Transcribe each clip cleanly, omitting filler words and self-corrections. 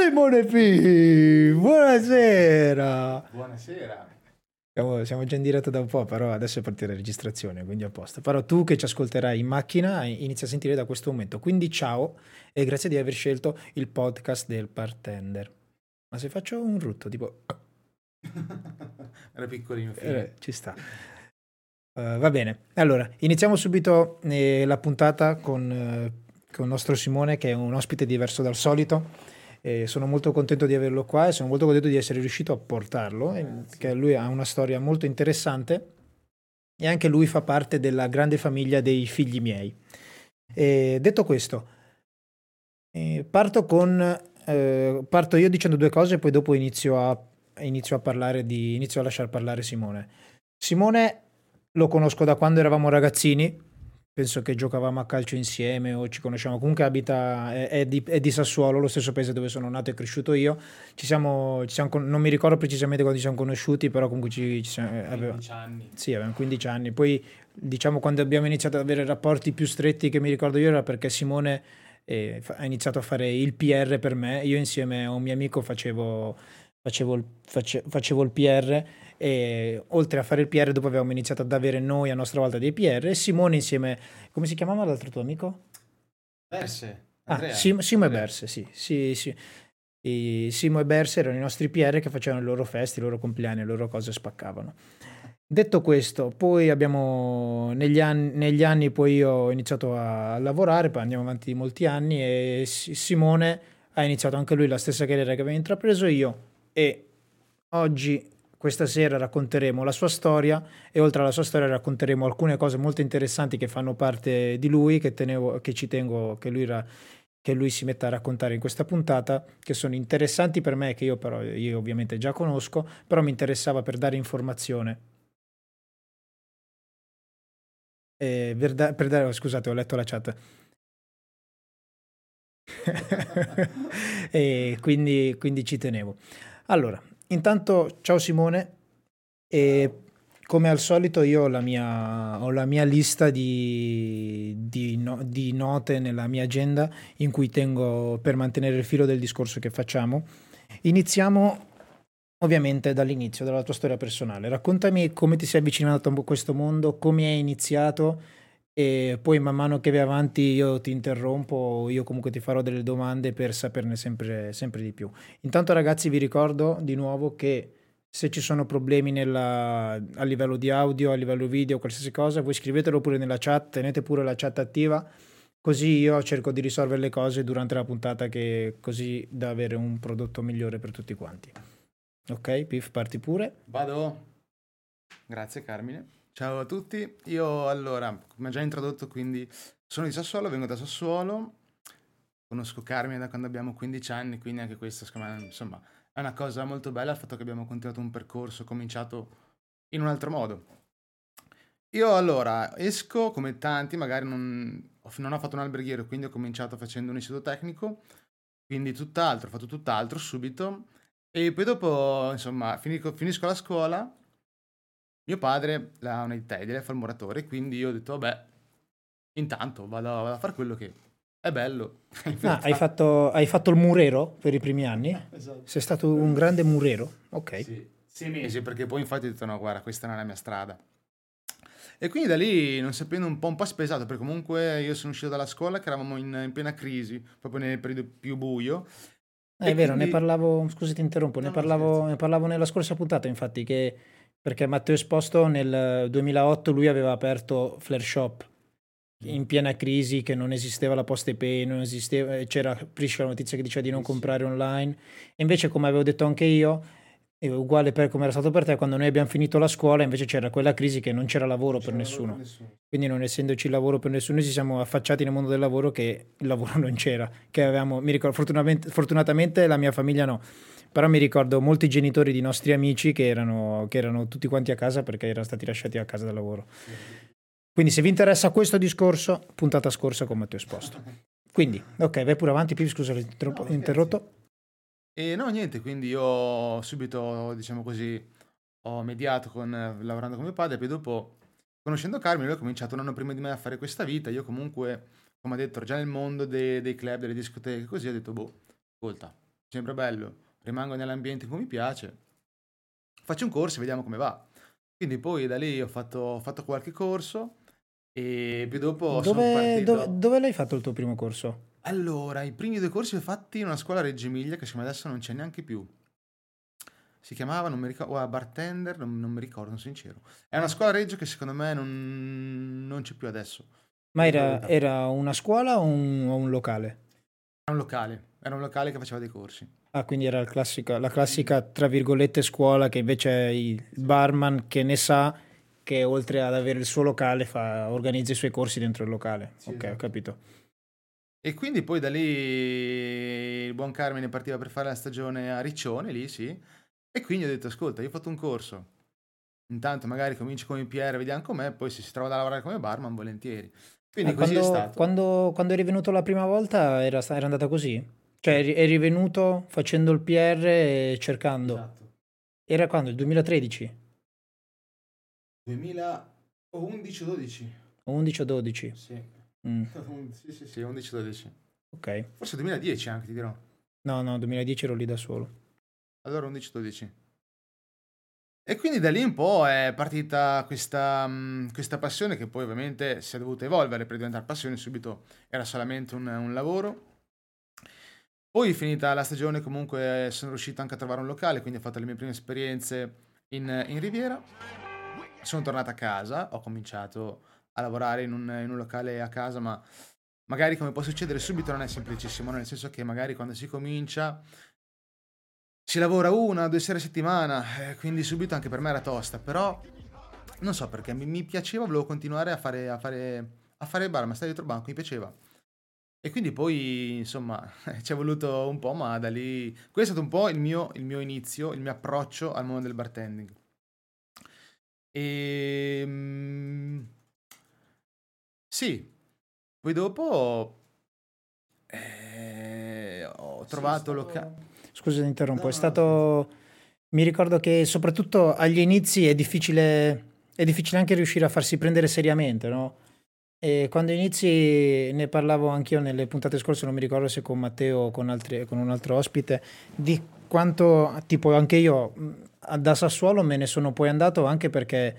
Simone P, buonasera. Buonasera. Siamo già in diretta da un po', però adesso è partita la registrazione, quindi a posto. Però tu che ci ascolterai in macchina inizia a sentire da questo momento. Quindi ciao e grazie di aver scelto il podcast del bartender. Ma se faccio un rutto, tipo... Era piccolino, fine. ci sta. Va bene. Allora, iniziamo subito la puntata con il nostro Simone, che è un ospite diverso dal solito. Sono molto contento di averlo qua e sono molto contento di essere riuscito a portarlo, perché lui ha una storia molto interessante e anche lui fa parte della grande famiglia dei figli miei. Detto questo, parto io dicendo due cose e poi dopo inizio a lasciar parlare Simone. Simone lo conosco da quando eravamo ragazzini, penso che giocavamo a calcio insieme o ci conosciamo, comunque è di Sassuolo, lo stesso paese dove sono nato e cresciuto io. Non mi ricordo precisamente quando ci siamo conosciuti, però comunque ci siamo, 15 anni. sì, avevamo 15 anni. Poi diciamo quando abbiamo iniziato ad avere rapporti più stretti che mi ricordo io era perché Simone ha iniziato a fare il PR per me, io insieme a un mio amico facevo il PR e oltre a fare il PR dopo avevamo iniziato ad avere noi a nostra volta dei PR e Simone insieme, come si chiamava l'altro tuo amico? Berse, Ah, Andrea. Simo e Andrea. Berse, sì. Simo e Berse erano i nostri PR che facevano le loro feste, i loro compleanni, le loro cose spaccavano. Detto questo, poi abbiamo negli anni poi io ho iniziato a lavorare, poi andiamo avanti di molti anni e Simone ha iniziato anche lui la stessa carriera che avevo intrapreso io e oggi, questa sera, racconteremo la sua storia e oltre alla sua storia racconteremo alcune cose molto interessanti che fanno parte di lui, che ci tengo che lui si metta a raccontare in questa puntata, che sono interessanti per me, che io ovviamente già conosco, però mi interessava per dare informazione. Scusate, ho letto la chat. E quindi ci tenevo. Allora, intanto ciao Simone e come al solito io ho la mia lista di note nella mia agenda in cui tengo per mantenere il filo del discorso che facciamo. Iniziamo ovviamente dall'inizio, dalla tua storia personale. Raccontami come ti sei avvicinato a questo mondo, come hai iniziato e poi man mano che vai avanti io ti interrompo, io comunque ti farò delle domande per saperne sempre di più. Intanto ragazzi vi ricordo di nuovo che se ci sono problemi a livello di audio, a livello video, qualsiasi cosa, voi scrivetelo pure nella chat, tenete pure la chat attiva, così io cerco di risolvere le cose durante la puntata così da avere un prodotto migliore per tutti quanti. Ok, Pif, parti pure. Vado. Grazie Carmine. Ciao a tutti. Io allora, come già introdotto, quindi sono di Sassuolo, vengo da Sassuolo. Conosco Carmine da quando abbiamo 15 anni, quindi anche questo, secondo me, insomma, è una cosa molto bella il fatto che abbiamo continuato un percorso cominciato in un altro modo. Io allora esco come tanti, magari non ho fatto un alberghiero, quindi ho cominciato facendo un istituto tecnico, quindi tutt'altro, ho fatto tutt'altro subito. E poi dopo, insomma, finisco la scuola, mio padre ha un'eredità edile, fa il muratore, quindi io ho detto, vabbè, intanto vado a fare quello che è bello, in Ah, realtà. hai fatto il murero per i primi anni? Esatto. Sei stato un grande murero? Ok. Sì, 6 mesi, perché poi infatti ho detto, no, guarda, questa non è la mia strada. E quindi da lì, non sapendo un po' spesato, perché comunque io sono uscito dalla scuola che eravamo in piena crisi, proprio nel periodo più buio, È e vero, ne quindi... parlavo, scusi ti interrompo, No, no, scherzi. ne parlavo nella scorsa puntata, infatti, perché Matteo Esposto nel 2008 lui aveva aperto Flare Shop Mm. in piena crisi, che non esisteva la Poste Pay, non esisteva, c'era Prisca la notizia che diceva di non Sì, sì. comprare online. E invece, come avevo detto anche io, è uguale per come era stato per te, quando noi abbiamo finito la scuola, invece c'era quella crisi che non c'era lavoro Non per c'era lavoro per nessuno. nessuno. Quindi non essendoci lavoro per nessuno, ci siamo affacciati nel mondo del lavoro che il lavoro non c'era, che avevamo, mi ricordo, fortunatamente la mia famiglia no, però mi ricordo molti genitori di nostri amici che erano tutti quanti a casa perché erano stati lasciati a casa dal lavoro. Sì. Quindi se vi interessa questo discorso, puntata scorsa con Matteo Esposto. Quindi, ok, vai pure avanti, Pipi, scusa, No, ma scherzi. interrotto. E no, niente, quindi io subito, diciamo così, ho mediato lavorando con mio padre, e poi dopo, conoscendo Carmine, lui ha cominciato un anno prima di me a fare questa vita, io comunque, come ha detto, ero già nel mondo dei club, delle discoteche, così ho detto, boh, ascolta, sempre bello, rimango nell'ambiente in cui mi piace, faccio un corso e vediamo come va. Quindi poi da lì ho fatto qualche corso e più dopo sono partito. Dove l'hai fatto il tuo primo corso? Allora, i primi due corsi li ho fatti in una scuola a Reggio Emilia che secondo me adesso non c'è neanche più. Si chiamava, non mi ricordo, bartender, non mi ricordo, sono sincero. È una scuola a Reggio che secondo me non c'è più adesso. Ma Ti dico la verità. era una scuola o un locale? Era un locale che faceva dei corsi. Ah, quindi era la classica, tra virgolette, scuola che invece è il barman che ne sa che oltre ad avere il suo locale organizza i suoi corsi dentro il locale. Sì, Ok, ho esatto. capito. E quindi poi da lì il buon Carmine partiva per fare la stagione a Riccione, lì sì. E quindi ho detto, ascolta, io ho fatto un corso. Intanto magari cominci come PR, vediamo com'è, poi se si trova da lavorare come barman, volentieri. Quindi Ah, così è stato. quando eri venuto la prima volta era andata così? Cioè eri venuto facendo il PR e cercando. Esatto. Era quando? Il 2013? 2011-12. 11 o 12? Sì. Mm, Sì, sì, sì, 11-12. ok. Forse 2010 anche, ti dirò. No, no, 2010 ero lì da solo. Allora 11-12. E quindi da lì un po' è partita questa passione che poi ovviamente si è dovuta evolvere per diventare passione, subito era solamente un lavoro. Poi finita la stagione comunque sono riuscito anche a trovare un locale, quindi ho fatto le mie prime esperienze in Riviera. Sono tornato a casa, ho cominciato a lavorare in un locale a casa, ma magari come può succedere subito non è semplicissimo, no? Nel senso che magari quando si comincia si lavora 1 o 2 sere a settimana, quindi subito anche per me era tosta, però non so perché mi piaceva, volevo continuare a fare il bar, ma stare dietro il banco mi piaceva. E quindi poi, insomma, ci è voluto un po', ma da lì questo è stato un po' il mio inizio, il mio approccio al mondo del bartending. Ehm, sì, poi dopo ho Sì, è trovato stato... Scusa, ti interrompo, No, è no, no, figurati. stato... Mi ricordo che soprattutto agli inizi è difficile anche riuscire a farsi prendere seriamente, no? E quando inizi, ne parlavo anch'io nelle puntate scorse, non mi ricordo se con Matteo o con un altro ospite, di quanto, tipo, anche io da Sassuolo me ne sono poi andato anche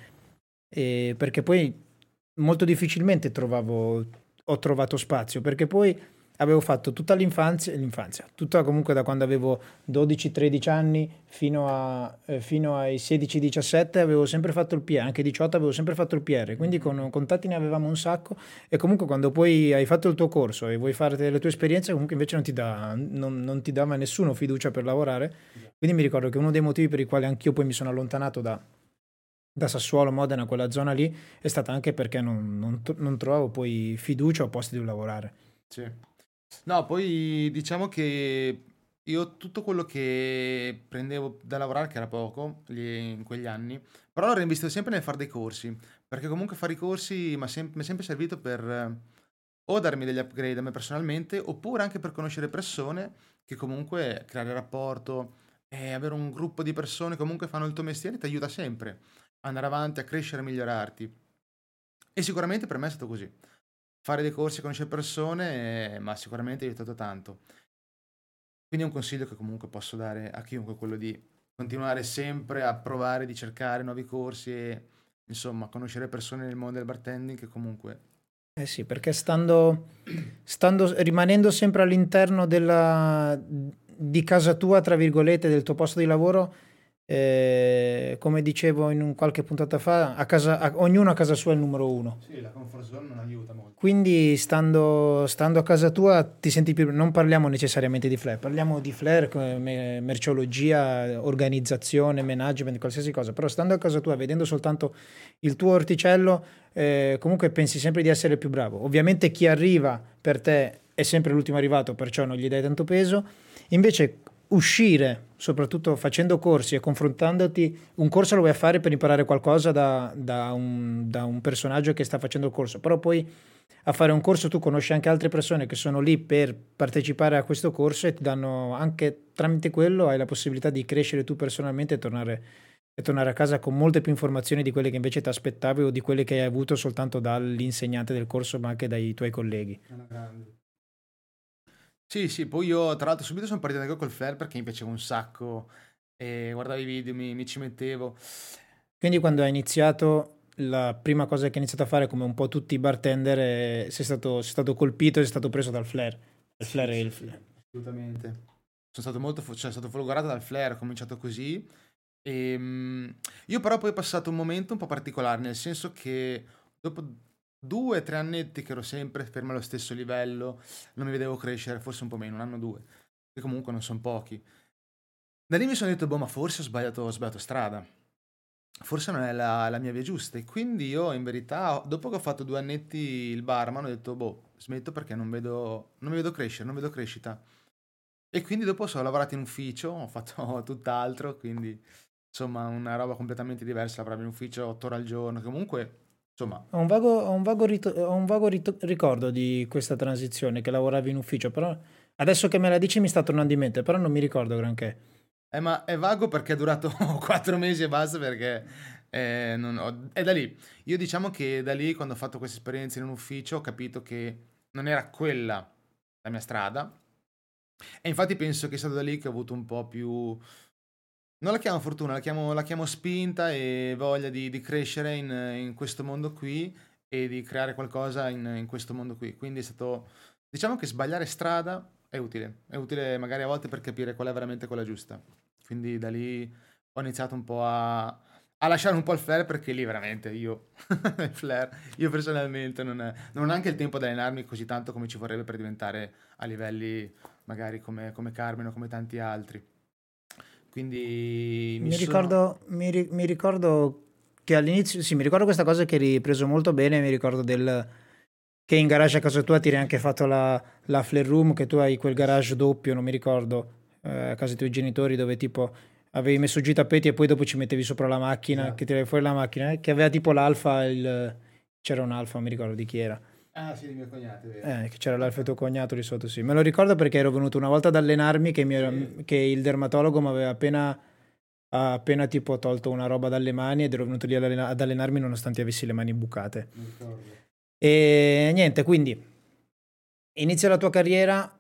perché poi molto difficilmente ho trovato spazio, perché poi avevo fatto tutta l'infanzia, tutta comunque da quando avevo 12-13 anni fino ai 16-17 avevo sempre fatto il PR, anche 18 avevo sempre fatto il PR, quindi con contatti ne avevamo un sacco e comunque quando poi hai fatto il tuo corso e vuoi fare le tue esperienze comunque invece non ti dava nessuno fiducia per lavorare, quindi mi ricordo che uno dei motivi per i quali anch'io poi mi sono allontanato da Sassuolo, Modena, quella zona lì, è stata anche perché non trovavo poi fiducia o posti dove lavorare. Sì. No, poi diciamo che io tutto quello che prendevo da lavorare, che era poco in quegli anni, però l'ho reinvestito sempre nel fare dei corsi, perché comunque fare i corsi mi è sempre servito per o darmi degli upgrade a me personalmente, oppure anche per conoscere persone che comunque creare rapporto e avere un gruppo di persone che comunque fanno il tuo mestiere ti aiuta sempre ad andare avanti, a crescere, a migliorarti. E sicuramente per me è stato così. Fare dei corsi, conoscere persone, ma sicuramente ha aiutato tanto. Quindi è un consiglio che comunque posso dare a chiunque, quello di continuare sempre a provare, di cercare nuovi corsi e insomma conoscere persone nel mondo del bartending che comunque. Eh sì, perché rimanendo sempre all'interno di casa tua, tra virgolette, del tuo posto di lavoro, come dicevo in qualche puntata fa, ognuno a casa sua è il numero uno. Sì, la comfort zone non aiuta molto. Quindi stando a casa tua ti senti più, non parliamo necessariamente di flair, parliamo di flair, come merceologia, organizzazione, management, qualsiasi cosa, però stando a casa tua vedendo soltanto il tuo orticello, comunque pensi sempre di essere il più bravo. Ovviamente chi arriva per te è sempre l'ultimo arrivato, perciò non gli dai tanto peso. Invece uscire, soprattutto facendo corsi e confrontandoti, un corso lo vai a fare per imparare qualcosa da un personaggio che sta facendo il corso, però poi a fare un corso tu conosci anche altre persone che sono lì per partecipare a questo corso e ti danno anche tramite quello hai la possibilità di crescere tu personalmente e tornare a casa con molte più informazioni di quelle che invece ti aspettavi o di quelle che hai avuto soltanto dall'insegnante del corso ma anche dai tuoi colleghi. Alla grande. Sì, sì, poi io tra l'altro subito sono partito anche col flare perché mi piaceva un sacco e guardavo i video, mi ci mettevo. Quindi quando hai iniziato, la prima cosa che hai iniziato a fare, come un po' tutti i bartender, sei stato colpito e sei stato preso dal flare. Il Sì, flare è sì, il sì, flare. assolutamente. Sono stato cioè, stato folgorato dal flare, ho cominciato così. Io però poi ho passato un momento un po' particolare, nel senso che dopo 2 o 3 annetti che ero sempre fermo allo stesso livello, non mi vedevo crescere, forse un po' meno, un anno o due, che comunque non sono pochi. Da lì mi sono detto, boh, ma forse ho sbagliato strada, forse non è la mia via giusta. E quindi io in verità, dopo che ho fatto 2 annetti il barman, ho detto, boh, smetto perché non mi vedo crescere, non vedo crescita. E quindi dopo ho lavorato in ufficio, ho fatto tutt'altro, quindi insomma una roba completamente diversa, lavoravo in ufficio 8 ore al giorno, comunque insomma, Ho un vago ricordo di questa transizione che lavoravi in ufficio, però adesso che me la dici mi sta tornando in mente, però non mi ricordo granché. ma è vago perché è durato 4 mesi e basta perché è da lì. Io diciamo che da lì quando ho fatto questa esperienza in un ufficio ho capito che non era quella la mia strada e infatti penso che è stato da lì che ho avuto un po' più. Non la chiamo fortuna, la chiamo spinta e voglia di crescere in questo mondo qui e di creare qualcosa in questo mondo qui. Quindi è stato, diciamo che sbagliare strada è utile magari a volte per capire qual è veramente quella giusta. Quindi da lì ho iniziato un po' a lasciare un po' il flare perché lì veramente io, il flare, io personalmente non ho anche il tempo di allenarmi così tanto come ci vorrebbe per diventare a livelli magari come Carmen o come tanti altri. Quindi mi sono. Mi ricordo che all'inizio, sì, mi ricordo questa cosa che hai ripreso molto bene, mi ricordo che in garage a casa tua ti eri anche fatto la flare room, che tu hai quel garage doppio, non mi ricordo, a casa dei tuoi genitori, dove tipo avevi messo giù i tappeti e poi dopo ci mettevi sopra la macchina, che Esatto. tiravi fuori la macchina, che aveva tipo l'alfa, c'era un alfa, non mi ricordo di chi era. Ah sì, di mio cognato, è vero. Che c'era l'alfa e tuo cognato lì sotto, sì. Me lo ricordo perché ero venuto una volta ad allenarmi Sì, che il dermatologo mi aveva appena tipo tolto una roba dalle mani ed ero venuto lì ad allenarmi nonostante avessi le mani bucate. mi ricordo. E niente, quindi inizia la tua carriera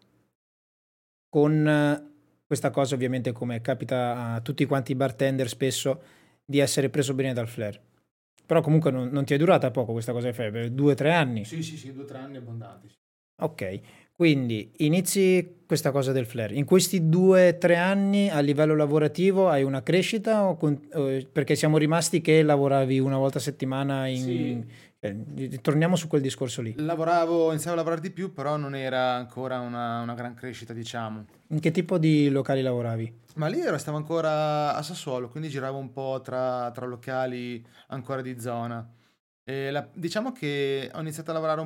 con questa cosa, ovviamente, come capita a tutti quanti i bartender spesso, di essere preso bene dal flare. Però comunque non ti è durata poco questa cosa, per 2 o 3 anni. Sì, sì, sì, 2 o 3 anni abbondanti. Sì. Ok, quindi inizi questa cosa del flare. In questi 2 o 3 anni a livello lavorativo hai una crescita perché siamo rimasti che lavoravi una volta a settimana Sì, torniamo su quel discorso lì. iniziavo a lavorare di più, però non era ancora una gran crescita, diciamo. In che tipo di locali lavoravi? Ma lì stavo ancora a Sassuolo, quindi giravo un po' tra locali ancora di zona. E diciamo che ho iniziato a lavorare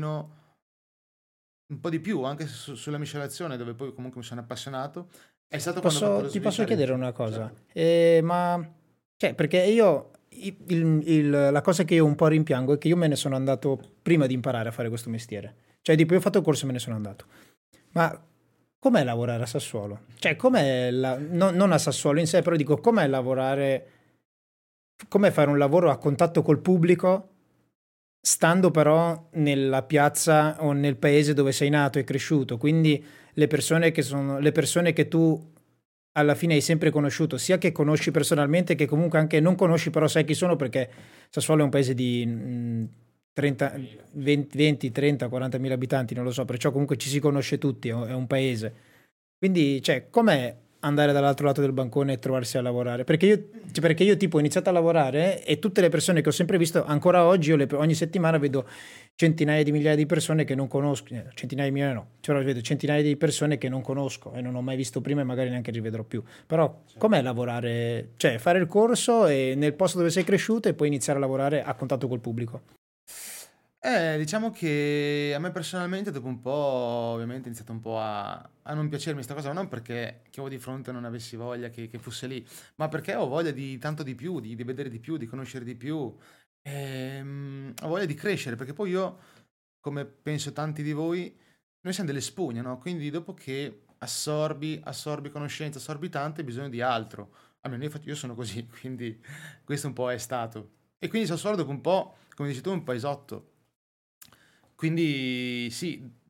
un po' di più, anche sulla miscelazione, dove poi comunque mi sono appassionato. È stato quando ho fatto lo Ti posso sviluppare in chiedere più, una cosa? certo. Ma cioè, perché io la cosa che io un po' rimpiango è che io me ne sono andato prima di imparare a fare questo mestiere. Cioè, tipo, io ho fatto il corso e me ne sono andato. Ma com'è lavorare a Sassuolo? Cioè, non a Sassuolo in sé, però dico, com'è lavorare, com'è fare un lavoro a contatto col pubblico, stando però nella piazza o nel paese dove sei nato e cresciuto. Quindi le persone che tu alla fine hai sempre conosciuto, sia che conosci personalmente che comunque anche non conosci, però sai chi sono perché Sassuolo è un paese di 30, 40.000. 20, 30, 40 mila abitanti, non lo so, perciò comunque ci si conosce tutti, è un paese. Quindi, cioè, com'è andare dall'altro lato del bancone e trovarsi a lavorare? Perché io tipo ho iniziato a lavorare e tutte le persone che ho sempre visto, ancora oggi, ogni settimana vedo centinaia di migliaia di persone che non conosco, centinaia di migliaia no, cioè vedo centinaia di persone che non conosco e non ho mai visto prima e magari neanche rivedrò più. Però com'è lavorare, cioè fare il corso e nel posto dove sei cresciuto e poi iniziare a lavorare a contatto col pubblico? Diciamo che a me personalmente dopo un po', ovviamente, è iniziato un po' a non piacermi sta cosa, ma non perché chi avevo di fronte non avessi voglia che fosse lì, ma perché ho voglia di tanto di più, di vedere di più, di conoscere di più, ho voglia di crescere, perché poi io, come penso tanti di voi, noi siamo delle spugne, no? Quindi dopo che assorbi conoscenza, assorbi tanto, hai bisogno di altro. Almeno io sono così, quindi questo un po' è stato. E quindi Sassuolo dopo un po', come dici tu, un po' esotto. Quindi sì,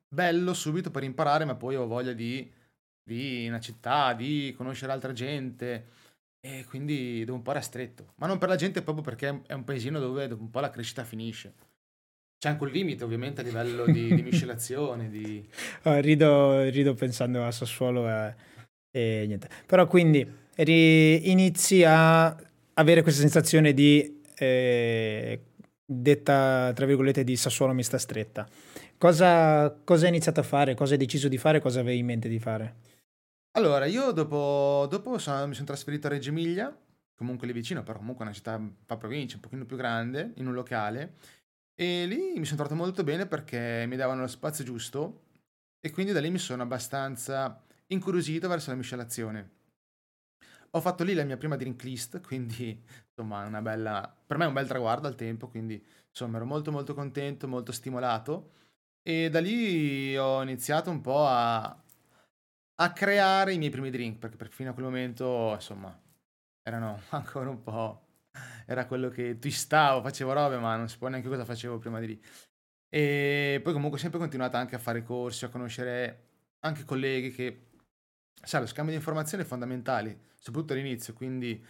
bello subito per imparare, ma poi ho voglia di una città, di conoscere altra gente e quindi dopo un po' era stretto. Ma non per la gente, proprio perché è un paesino dove dopo un po' la crescita finisce. C'è anche un limite ovviamente a livello di miscelazione, di... Rido pensando a Sassuolo e niente. Però quindi inizi a avere questa sensazione di, detta tra virgolette, di Sassuolo mi sta stretta. Cosa hai iniziato a fare? Cosa hai deciso di fare? Cosa avevi in mente di fare? Allora, io dopo mi sono trasferito a Reggio Emilia, comunque lì vicino, però comunque una città, un po' provincia, un pochino più grande, in un locale, e lì mi sono trovato molto bene perché mi davano lo spazio giusto e quindi da lì mi sono abbastanza incuriosito verso la miscelazione. Ho fatto lì la mia prima drink list, quindi insomma una bella, per me è un bel traguardo al tempo, quindi insomma ero molto molto contento, molto stimolato e da lì ho iniziato un po' a creare i miei primi drink, perché fino a quel momento insomma erano ancora un po', era quello che twistavo, facevo robe, ma non si può neanche cosa facevo prima di lì. E poi comunque ho sempre continuato anche a fare corsi, a conoscere anche colleghi che, sai, lo scambio di informazioni è fondamentale, soprattutto all'inizio, quindi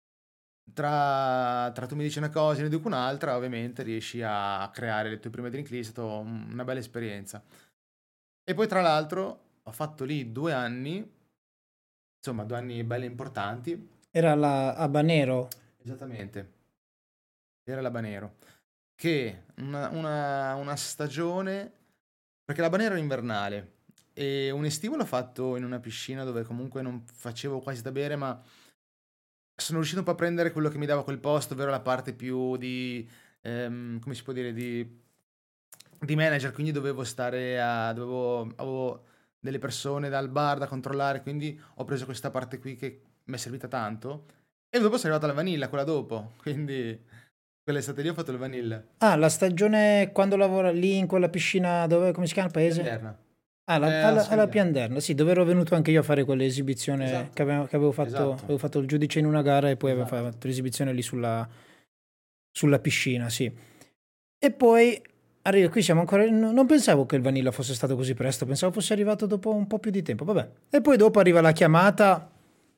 tra tu mi dici una cosa e ne dico un'altra, ovviamente riesci a creare le tue prime drink list, è stata una bella esperienza. E poi tra l'altro ho fatto lì 2 anni, insomma 2 anni belli importanti, Era la Habanero. esattamente, era l'Habanero, che una stagione, perché l'Habanero era invernale, e un estivo l'ho fatto in una piscina dove comunque non facevo quasi da bere, ma sono riuscito un po' a prendere quello che mi dava quel posto, ovvero la parte più di, come si può dire, di manager, quindi dovevo stare avevo delle persone dal bar da controllare, quindi ho preso questa parte qui che mi è servita tanto. E dopo sono arrivata la vanilla, quella dopo, quindi quell'estate lì ho fatto il vanilla. Ah, la stagione quando lavora lì in quella piscina dove, come si chiama il paese? Pianderna. Ah, A alla Scagliano. Pianderna, sì, dove ero venuto anche io a fare quell'esibizione Esatto, che esatto, avevo fatto il giudice in una gara e poi avevo esatto. fatto l'esibizione lì sulla piscina, sì. E poi arriva, qui siamo ancora, non pensavo che il Vanilla fosse stato così presto, pensavo fosse arrivato dopo un po' più di tempo, vabbè. E poi dopo arriva la chiamata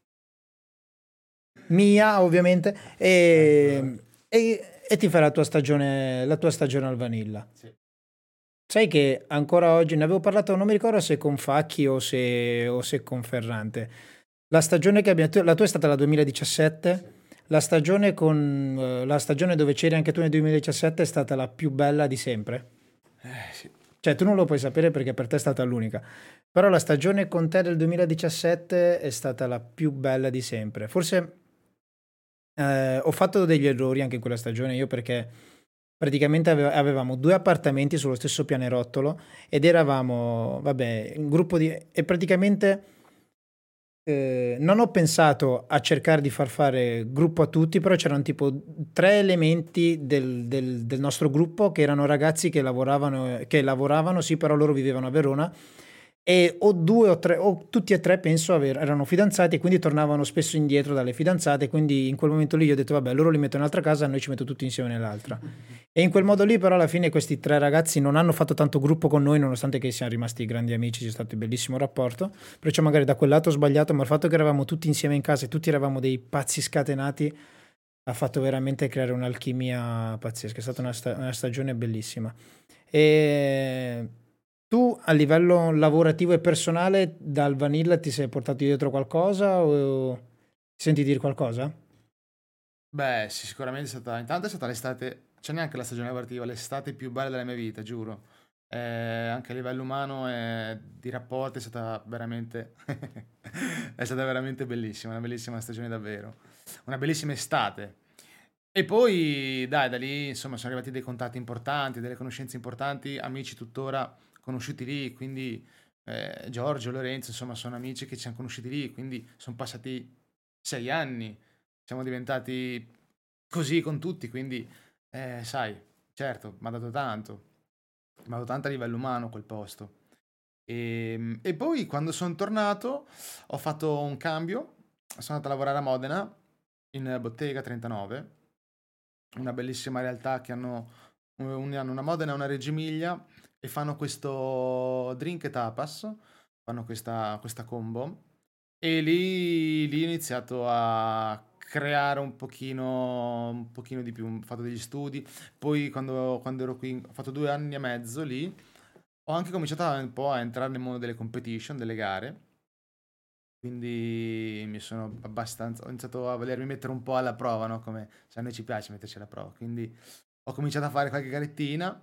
mia, ovviamente, Ecco, e ti fai la tua stagione al Vanilla. sì. Sai che ancora oggi ne avevo parlato, non mi ricordo se con Facchi o se con Ferrante. La stagione che abbiamo, la tua è stata la 2017, Sì. la stagione dove c'eri anche tu nel 2017 è stata la più bella di sempre. Sì. Cioè, tu non lo puoi sapere perché per te è stata l'unica. Però la stagione con te del 2017 è stata la più bella di sempre. Forse ho fatto degli errori anche in quella stagione, io perché praticamente avevamo due appartamenti sullo stesso pianerottolo ed eravamo, vabbè, un gruppo di... e praticamente non ho pensato a cercare di far fare gruppo a tutti, però c'erano tipo tre elementi del nostro gruppo che erano ragazzi che lavoravano, sì, però loro vivevano a Verona e o due o tre, o tutti e tre penso erano fidanzati e quindi tornavano spesso indietro dalle fidanzate, quindi in quel momento lì io ho detto vabbè, loro li metto in un'altra casa, noi ci metto tutti insieme nell'altra. E in quel modo lì però alla fine questi tre ragazzi non hanno fatto tanto gruppo con noi, nonostante che siamo rimasti grandi amici, c'è stato un bellissimo rapporto, perciò magari da quel lato ho sbagliato, ma il fatto che eravamo tutti insieme in casa e tutti eravamo dei pazzi scatenati ha fatto veramente creare un'alchimia pazzesca, è stata una stagione bellissima. E tu a livello lavorativo e personale dal Vanilla ti sei portato dietro qualcosa o ti senti dire qualcosa? Beh, sì, sicuramente è stata, intanto è stata l'estate, c'è neanche la stagione lavorativa, l'estate più bella della mia vita, giuro. Anche a livello umano e di rapporti è stata veramente, è stata veramente bellissima, una bellissima stagione davvero, una bellissima estate. E poi, dai, da lì, insomma, sono arrivati dei contatti importanti, delle conoscenze importanti, amici tuttora conosciuti lì, quindi Giorgio, Lorenzo, insomma, sono amici che ci hanno conosciuti lì, quindi sono passati 6 anni, siamo diventati così con tutti, quindi, sai, certo, mi ha dato tanto a livello umano quel posto. E poi quando sono tornato ho fatto un cambio, sono andato a lavorare a Modena in Bottega 39, una bellissima realtà che hanno una Modena e una Reggio Emilia e fanno questo drink e tapas, fanno questa combo e lì ho iniziato a creare un pochino di più, ho fatto degli studi, poi quando ero qui, ho fatto 2 anni e mezzo lì, ho anche cominciato un po' a entrare nel mondo delle competition, delle gare, quindi ho iniziato a volermi mettere un po' alla prova, no? Come se a noi ci piace metterci alla prova, quindi ho cominciato a fare qualche garettina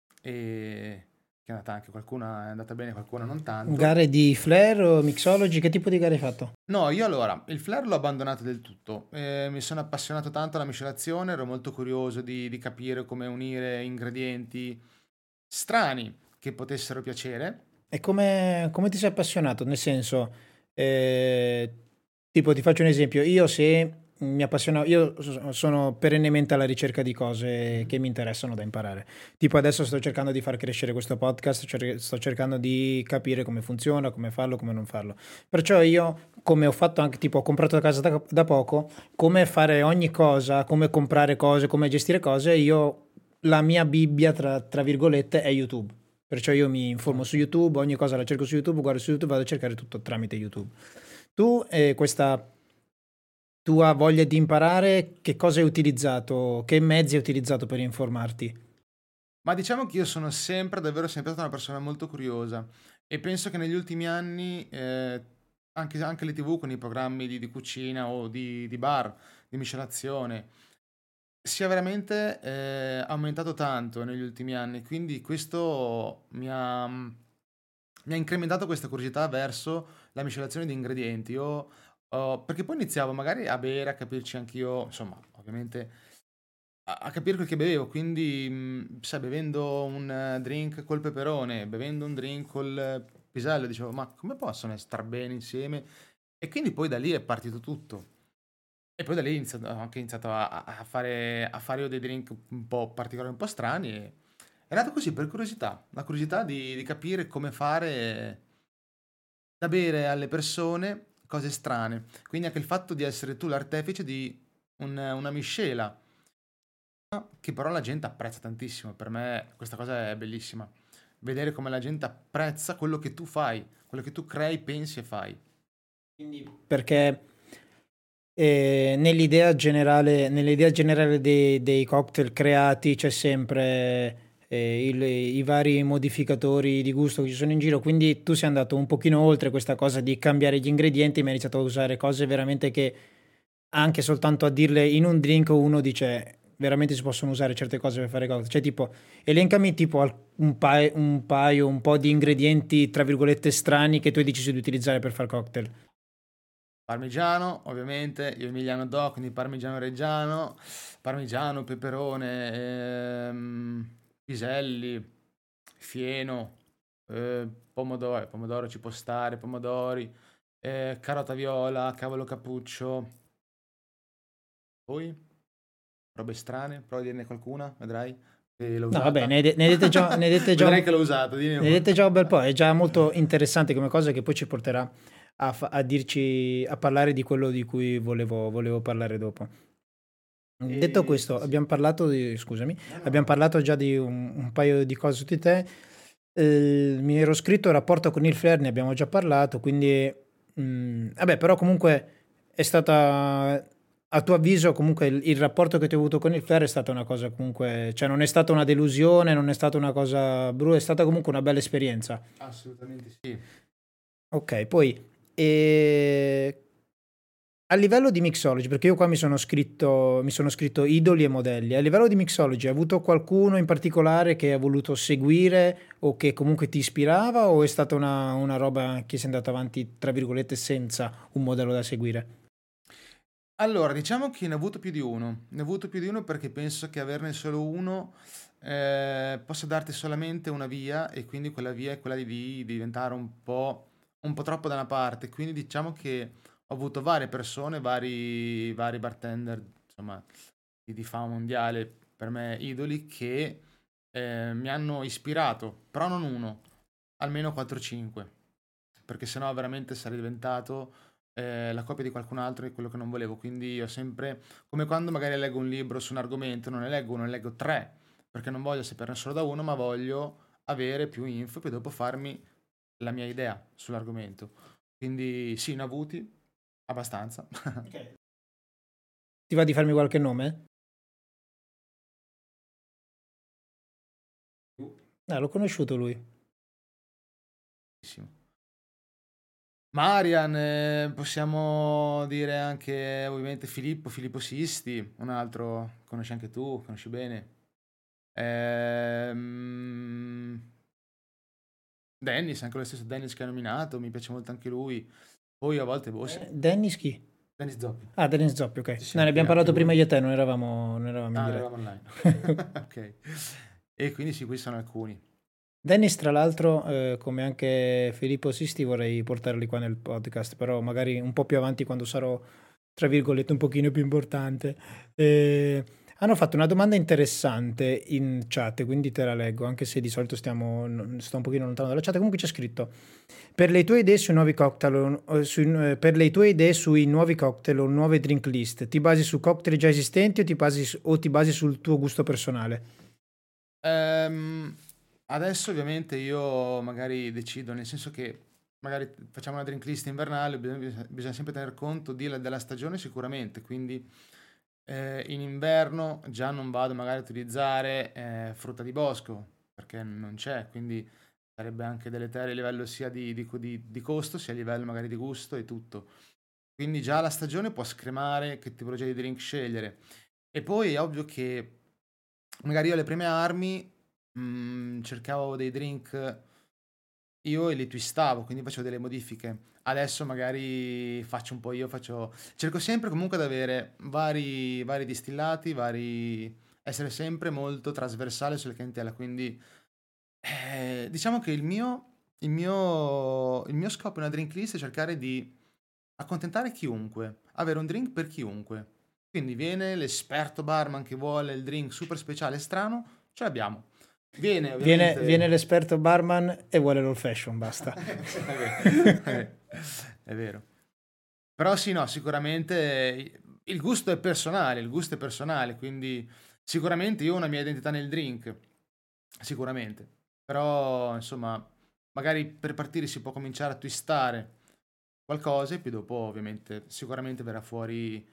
e che è andata anche, qualcuna è andata bene, qualcuna non tanto. Gare di flare o mixology? Che tipo di gare hai fatto? No, io allora, il flare l'ho abbandonato del tutto. Mi sono appassionato tanto alla miscelazione, ero molto curioso di capire come unire ingredienti strani che potessero piacere. E come ti sei appassionato? Nel senso, eh, tipo ti faccio un esempio, io se mi appassiono, sono perennemente alla ricerca di cose che mi interessano da imparare. Tipo adesso sto cercando di far crescere questo podcast, sto cercando di capire come funziona, come farlo, come non farlo. Perciò io, come ho fatto anche, tipo ho comprato casa da poco, come fare ogni cosa, come comprare cose, come gestire cose, io, la mia Bibbia, tra virgolette, è YouTube. Perciò io mi informo su Certo. YouTube, ogni cosa la cerco su YouTube, guardo su YouTube, vado a cercare tutto tramite YouTube. Tu, questa tua voglia di imparare, che cosa hai utilizzato, che mezzi hai utilizzato per informarti? Ma diciamo che io sono sempre, davvero sempre stata una persona molto curiosa e penso che negli ultimi anni, anche le TV con i programmi di cucina o di bar, di miscelazione, sia veramente aumentato tanto negli ultimi anni, quindi questo mi ha incrementato questa curiosità verso la miscelazione di ingredienti. Perché poi iniziavo magari a bere, a capirci anch'io, insomma, ovviamente a capire quel che bevevo, quindi sai, bevendo un drink col peperone, bevendo un drink col pisello, dicevo, ma come possono star bene insieme? E quindi poi da lì è partito tutto. E poi da lì ho anche iniziato a fare io dei drink un po' particolari, un po' strani. E è nato così per curiosità, la curiosità di capire come fare da bere alle persone cose strane. Quindi anche il fatto di essere tu l'artefice di una miscela, che però la gente apprezza tantissimo. Per me questa cosa è bellissima. Vedere come la gente apprezza quello che tu fai, quello che tu crei, pensi e fai. Perché nell'idea generale dei cocktail creati c'è sempre i vari modificatori di gusto che ci sono in giro, quindi tu sei andato un pochino oltre questa cosa di cambiare gli ingredienti, ma hai iniziato a usare cose veramente che anche soltanto a dirle in un drink uno dice veramente si possono usare certe cose per fare cocktail. Cioè tipo, elencami tipo un po' di ingredienti, tra virgolette, strani che tu hai deciso di utilizzare per fare cocktail. Parmigiano, ovviamente, io Emiliano Do, quindi parmigiano reggiano, parmigiano, peperone, piselli, fieno, pomodoro ci può stare, pomodori, carota viola, cavolo cappuccio, poi robe strane, provi a dirne qualcuna, vedrai che l'ho No, vabbè, usata. ne hai dette già, Vedrai che l'ho usata, dimmi ne hai un po'. dette già un bel po', è già molto interessante come cosa che poi ci porterà a dirci, a parlare di quello di cui volevo parlare dopo. Detto questo, Sì. scusami, No, no, abbiamo vai. parlato già di un paio di cose su di te. Mi ero scritto il rapporto con il Flair, ne abbiamo già parlato, quindi vabbè, però comunque è stata, a tuo avviso, comunque il rapporto che ti ho avuto con il Flair è stata una cosa comunque, cioè non è stata una delusione, non è stata una cosa brutta, è stata comunque una bella esperienza. Assolutamente sì. Ok, poi a livello di mixology, perché io qua mi sono scritto idoli e modelli, a livello di mixology hai avuto qualcuno in particolare che hai voluto seguire o che comunque ti ispirava o è stata una roba che sei andata avanti, tra virgolette, senza un modello da seguire? Allora, diciamo che ne ho avuto più di uno. Ne ho avuto più di uno perché penso che averne solo uno possa darti solamente una via e quindi quella via è quella di diventare un po' troppo da una parte. Quindi diciamo che ho avuto varie persone, vari bartender, insomma, di fama mondiale, per me idoli, che mi hanno ispirato, però non uno, almeno 4-5, perché sennò veramente sarei diventato la copia di qualcun altro, è quello che non volevo. Quindi ho sempre, come quando magari leggo un libro su un argomento, non ne leggo uno, ne leggo tre, perché non voglio saperne solo da uno, ma voglio avere più info e poi dopo farmi la mia idea sull'argomento. Quindi sì, ne ho avuti abbastanza. Ti va di farmi qualche nome? L'ho conosciuto lui. Marian, possiamo dire anche ovviamente Filippo Sisti, un altro, conosci anche tu, conosci bene. Dennis, anche lo stesso Dennis che hai nominato, mi piace molto anche lui. Poi a volte, boh, Dennis chi? Dennis Zoppi. Ah, Dennis Zoppi, ok. Sì, sì, No, ne abbiamo anche parlato prima lui. io e te, non eravamo in Ah, diretta. eravamo online. Ok. E quindi sì, questi sono alcuni. Dennis, tra l'altro, come anche Filippo Sisti, vorrei portarli qua nel podcast, però magari un po' più avanti quando sarò, tra virgolette, un pochino più importante. Hanno fatto una domanda interessante in chat, quindi te la leggo, anche se di solito sto un pochino lontano dalla chat. Comunque c'è scritto: per le tue idee sui nuovi cocktail, per le tue idee sui nuovi cocktail o nuove drink list, ti basi su cocktail già esistenti o ti basi sul tuo gusto personale? Adesso ovviamente io magari decido, nel senso che magari facciamo una drink list invernale, bisogna sempre tener conto della stagione sicuramente, quindi in inverno già non vado magari a utilizzare frutta di bosco perché non c'è, quindi sarebbe anche deleterio a livello sia di costo sia a livello magari di gusto e tutto. Quindi già la stagione può scremare che tipologia di drink scegliere. E poi è ovvio che magari io alle prime armi cercavo dei drink io e li twistavo, quindi facevo delle modifiche. Adesso magari faccio un po' io, cerco sempre comunque di avere vari distillati, essere sempre molto trasversale sulla clientela, quindi diciamo che il mio scopo in una drink list è cercare di accontentare chiunque, avere un drink per chiunque. Quindi viene l'esperto barman che vuole il drink super speciale e strano, ce l'abbiamo. Viene Viene ovviamente. l'esperto barman e vuole l'old fashion, basta. È vero. Però sì, no, sicuramente il gusto è personale, quindi sicuramente io ho una mia identità nel drink, sicuramente. Però, insomma, magari per partire si può cominciare a twistare qualcosa e poi dopo ovviamente sicuramente verrà fuori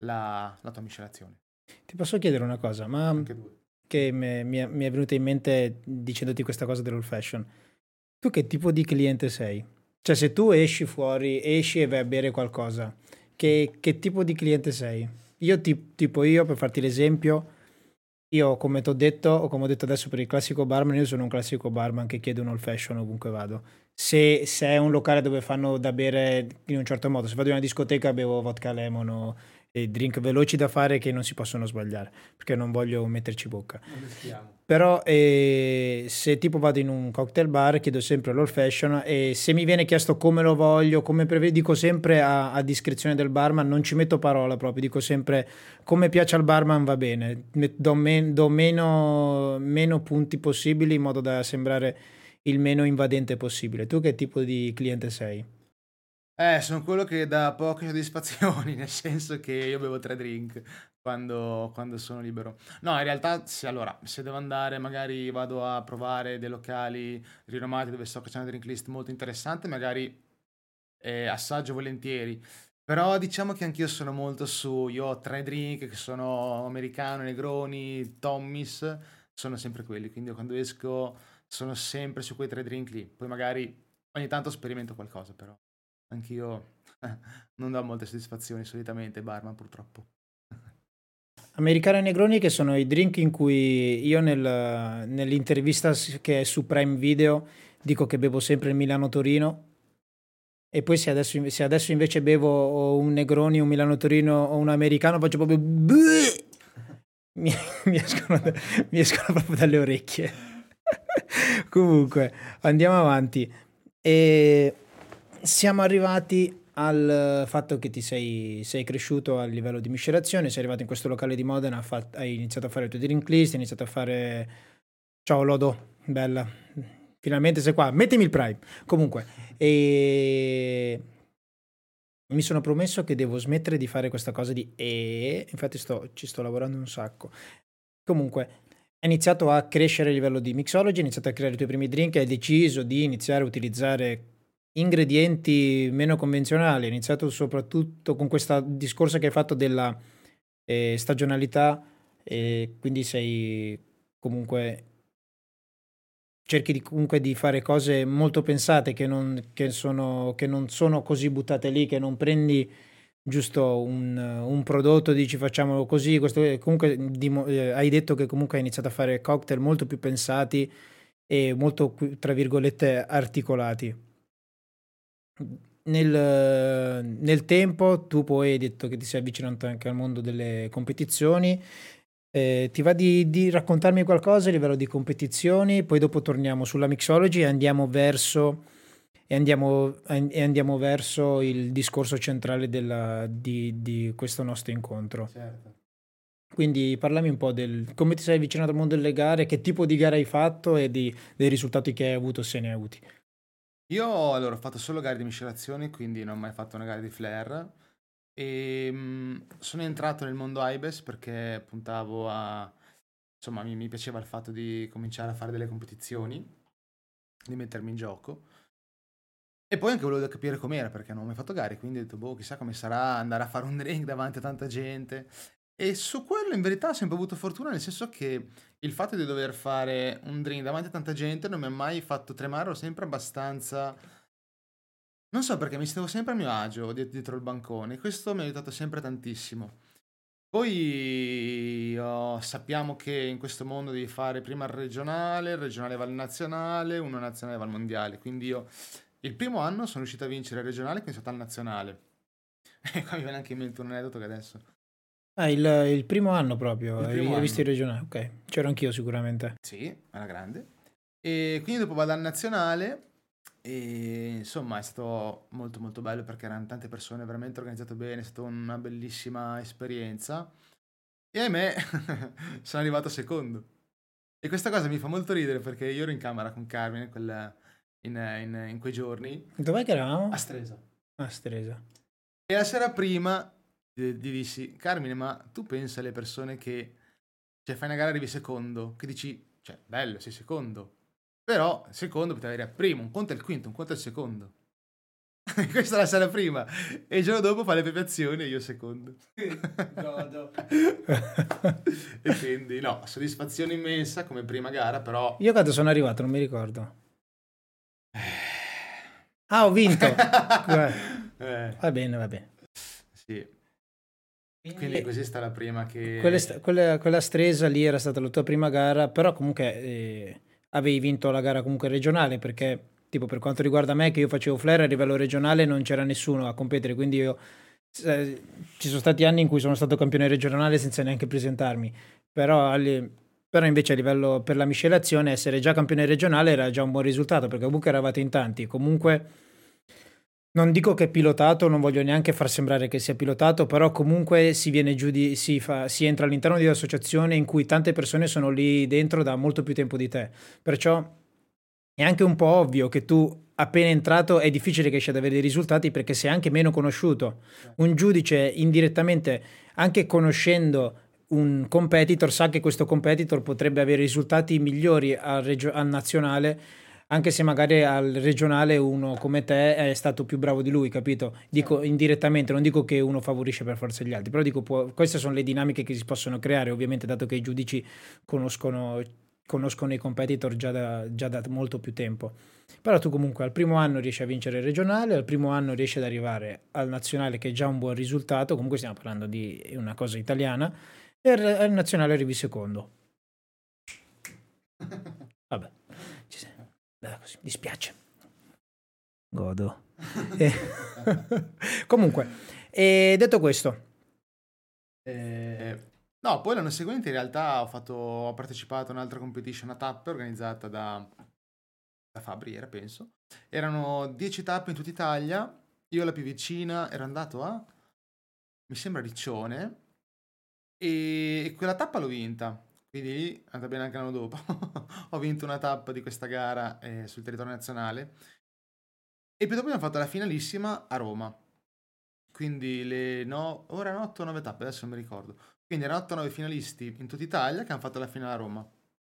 la tua miscelazione. Ti posso chiedere una cosa, ma Anche due. che mi è venuta in mente dicendoti questa cosa dell'old fashion. Tu che tipo di cliente sei? Cioè, se tu esci e vai a bere qualcosa, che tipo di cliente sei? Io, per farti l'esempio, io come ti ho detto, o come ho detto adesso per il classico barman, io sono un classico barman che chiede un old fashion ovunque vado. Se è un locale dove fanno da bere in un certo modo, se vado in una discoteca bevo vodka lemon o e drink veloci da fare che non si possono sbagliare, perché non voglio metterci bocca. Non rischiamo. Però se tipo vado in un cocktail bar chiedo sempre l'old fashion e se mi viene chiesto come lo voglio, come prevedo, dico sempre a discrezione del barman, non ci metto parola proprio, dico sempre come piace al barman va bene, do meno punti possibili in modo da sembrare il meno invadente possibile. Tu che tipo di cliente sei? Sono quello che dà poche soddisfazioni, nel senso che io bevo 3 drink quando sono libero. No, in realtà allora, se devo andare magari vado a provare dei locali rinomati dove so che c'è una drink list molto interessante, magari, assaggio volentieri. Però diciamo che anch'io sono molto io ho 3 drink che sono americano, Negroni, Tommy's, sono sempre quelli, quindi quando esco sono sempre su quei 3 drink lì. Poi magari ogni tanto sperimento qualcosa però. Anch'io non do molte soddisfazioni solitamente, barman purtroppo. Americano e Negroni che sono i drink in cui io nell'intervista che è su Prime Video dico che bevo sempre il Milano-Torino e poi se adesso invece bevo un Negroni, un Milano-Torino o un americano faccio proprio mi, mi escono, mi escono proprio dalle orecchie. Comunque, andiamo avanti. E siamo arrivati al fatto che sei cresciuto a livello di miscelazione, sei arrivato in questo locale di Modena, hai iniziato a fare il tuo drink list, hai iniziato a fare... Ciao Lodo, bella. Finalmente sei qua. Mettimi il Prime. Comunque, e mi sono promesso che devo smettere di fare questa cosa di infatti ci sto lavorando un sacco. Comunque, hai iniziato a crescere a livello di mixology, hai iniziato a creare i tuoi primi drink, hai deciso di iniziare a utilizzare ingredienti meno convenzionali, hai iniziato soprattutto con questo discorso che hai fatto della stagionalità, e quindi sei comunque cerchi comunque di fare cose molto pensate che non sono così buttate lì, che non prendi giusto un prodotto, dici facciamolo così, questo, comunque hai detto che comunque hai iniziato a fare cocktail molto più pensati e molto, tra virgolette, articolati. Nel tempo tu poi hai detto che ti sei avvicinato anche al mondo delle competizioni. Ti va di raccontarmi qualcosa a livello di competizioni? Poi dopo torniamo sulla mixology e andiamo verso il discorso centrale di questo nostro incontro. Certo. Quindi parlami un po' del come ti sei avvicinato al mondo delle gare, che tipo di gare hai fatto e dei risultati che hai avuto, se ne hai avuti. Io allora ho fatto solo gare di miscelazione, quindi non ho mai fatto una gara di flare. E sono entrato nel mondo IBES perché puntavo a... Insomma, mi piaceva il fatto di cominciare a fare delle competizioni, di mettermi in gioco. E poi anche volevo capire com'era, perché non ho mai fatto gare, quindi ho detto, boh, chissà come sarà andare a fare un drink davanti a tanta gente. E su quello in verità ho sempre avuto fortuna, nel senso che il fatto di dover fare un drink davanti a tanta gente non mi ha mai fatto tremare, ero sempre abbastanza... Non so perché mi sentivo sempre a mio agio dietro il bancone, questo mi ha aiutato sempre tantissimo. Poi sappiamo che in questo mondo devi fare prima il regionale va al nazionale, uno nazionale va al mondiale. Quindi io il primo anno sono riuscito a vincere il regionale, quindi sono stato al nazionale. E qua mi viene anche in mente un aneddoto che adesso. Ah, il primo anno proprio, Il primo hai visto anno, il regionale, ok, c'ero anch'io sicuramente. sì, alla grande. E quindi dopo vado al nazionale e insomma è stato molto molto bello perché erano tante persone, veramente organizzato bene, è stata una bellissima esperienza. E ahimè, sono arrivato secondo. E questa cosa mi fa molto ridere perché io ero in camera con Carmine in quei giorni Dov'è che a eravamo? Stresa. A Stresa. E la sera prima gli dissi, Carmine, ma tu pensa alle persone che, cioè, fai una gara e arrivi secondo, che dici, cioè, bello, sei secondo. Però, secondo poteva arrivare primo, un conto è il quinto, un conto è il secondo. Questa è la sera prima. E il giorno dopo fa le premiazioni e io secondo. Godo. E quindi, no, soddisfazione immensa come prima gara, però... Io quando sono arrivato non mi ricordo. Ah, ho vinto! Eh, Va bene, va bene. sì. Quindi Quindi così sta la prima che... quella Stresa lì era stata la tua prima gara, però comunque avevi vinto la gara comunque regionale perché, tipo, per quanto riguarda me, che io facevo flare a livello regionale non c'era nessuno a competere, quindi io ci sono stati anni in cui sono stato campione regionale senza neanche presentarmi, però, però invece a livello per la miscelazione essere già campione regionale era già un buon risultato perché comunque eravate in tanti, comunque non dico che è pilotato, non voglio neanche far sembrare che sia pilotato, però comunque si viene giù si entra all'interno di un'associazione in cui tante persone sono lì dentro da molto più tempo di te. Perciò è anche un po' ovvio che tu appena entrato è difficile che esci ad avere dei risultati perché sei anche meno conosciuto. Un giudice indirettamente, anche conoscendo un competitor, sa che questo competitor potrebbe avere risultati migliori al nazionale anche se magari al regionale uno come te è stato più bravo di lui, capito? Dico indirettamente, non dico che uno favorisce per forza gli altri, però dico queste sono le dinamiche che si possono creare, ovviamente dato che i giudici conoscono, conoscono i competitor già da molto più tempo. Però tu comunque al primo anno riesci a vincere il regionale, al primo anno riesci ad arrivare al nazionale che è già un buon risultato, comunque stiamo parlando di una cosa italiana, e al nazionale arrivi secondo. Vabbè, così, dispiace. Godo. Eh, Comunque, detto questo, No, poi l'anno seguente in realtà ho partecipato a un'altra competition a tappe organizzata da Fabri, era penso. Erano 10 tappe in tutta Italia, io la più vicina ero andato a, mi sembra Riccione, e quella tappa l'ho vinta. Quindi lì è andata bene anche l'anno dopo. Ho vinto una tappa di questa gara sul territorio nazionale. E poi dopo abbiamo fatto la finalissima a Roma. Quindi ora erano 8 o 9 tappe, adesso non mi ricordo. Quindi erano 8 o 9 finalisti in tutta Italia che hanno fatto la finale a Roma.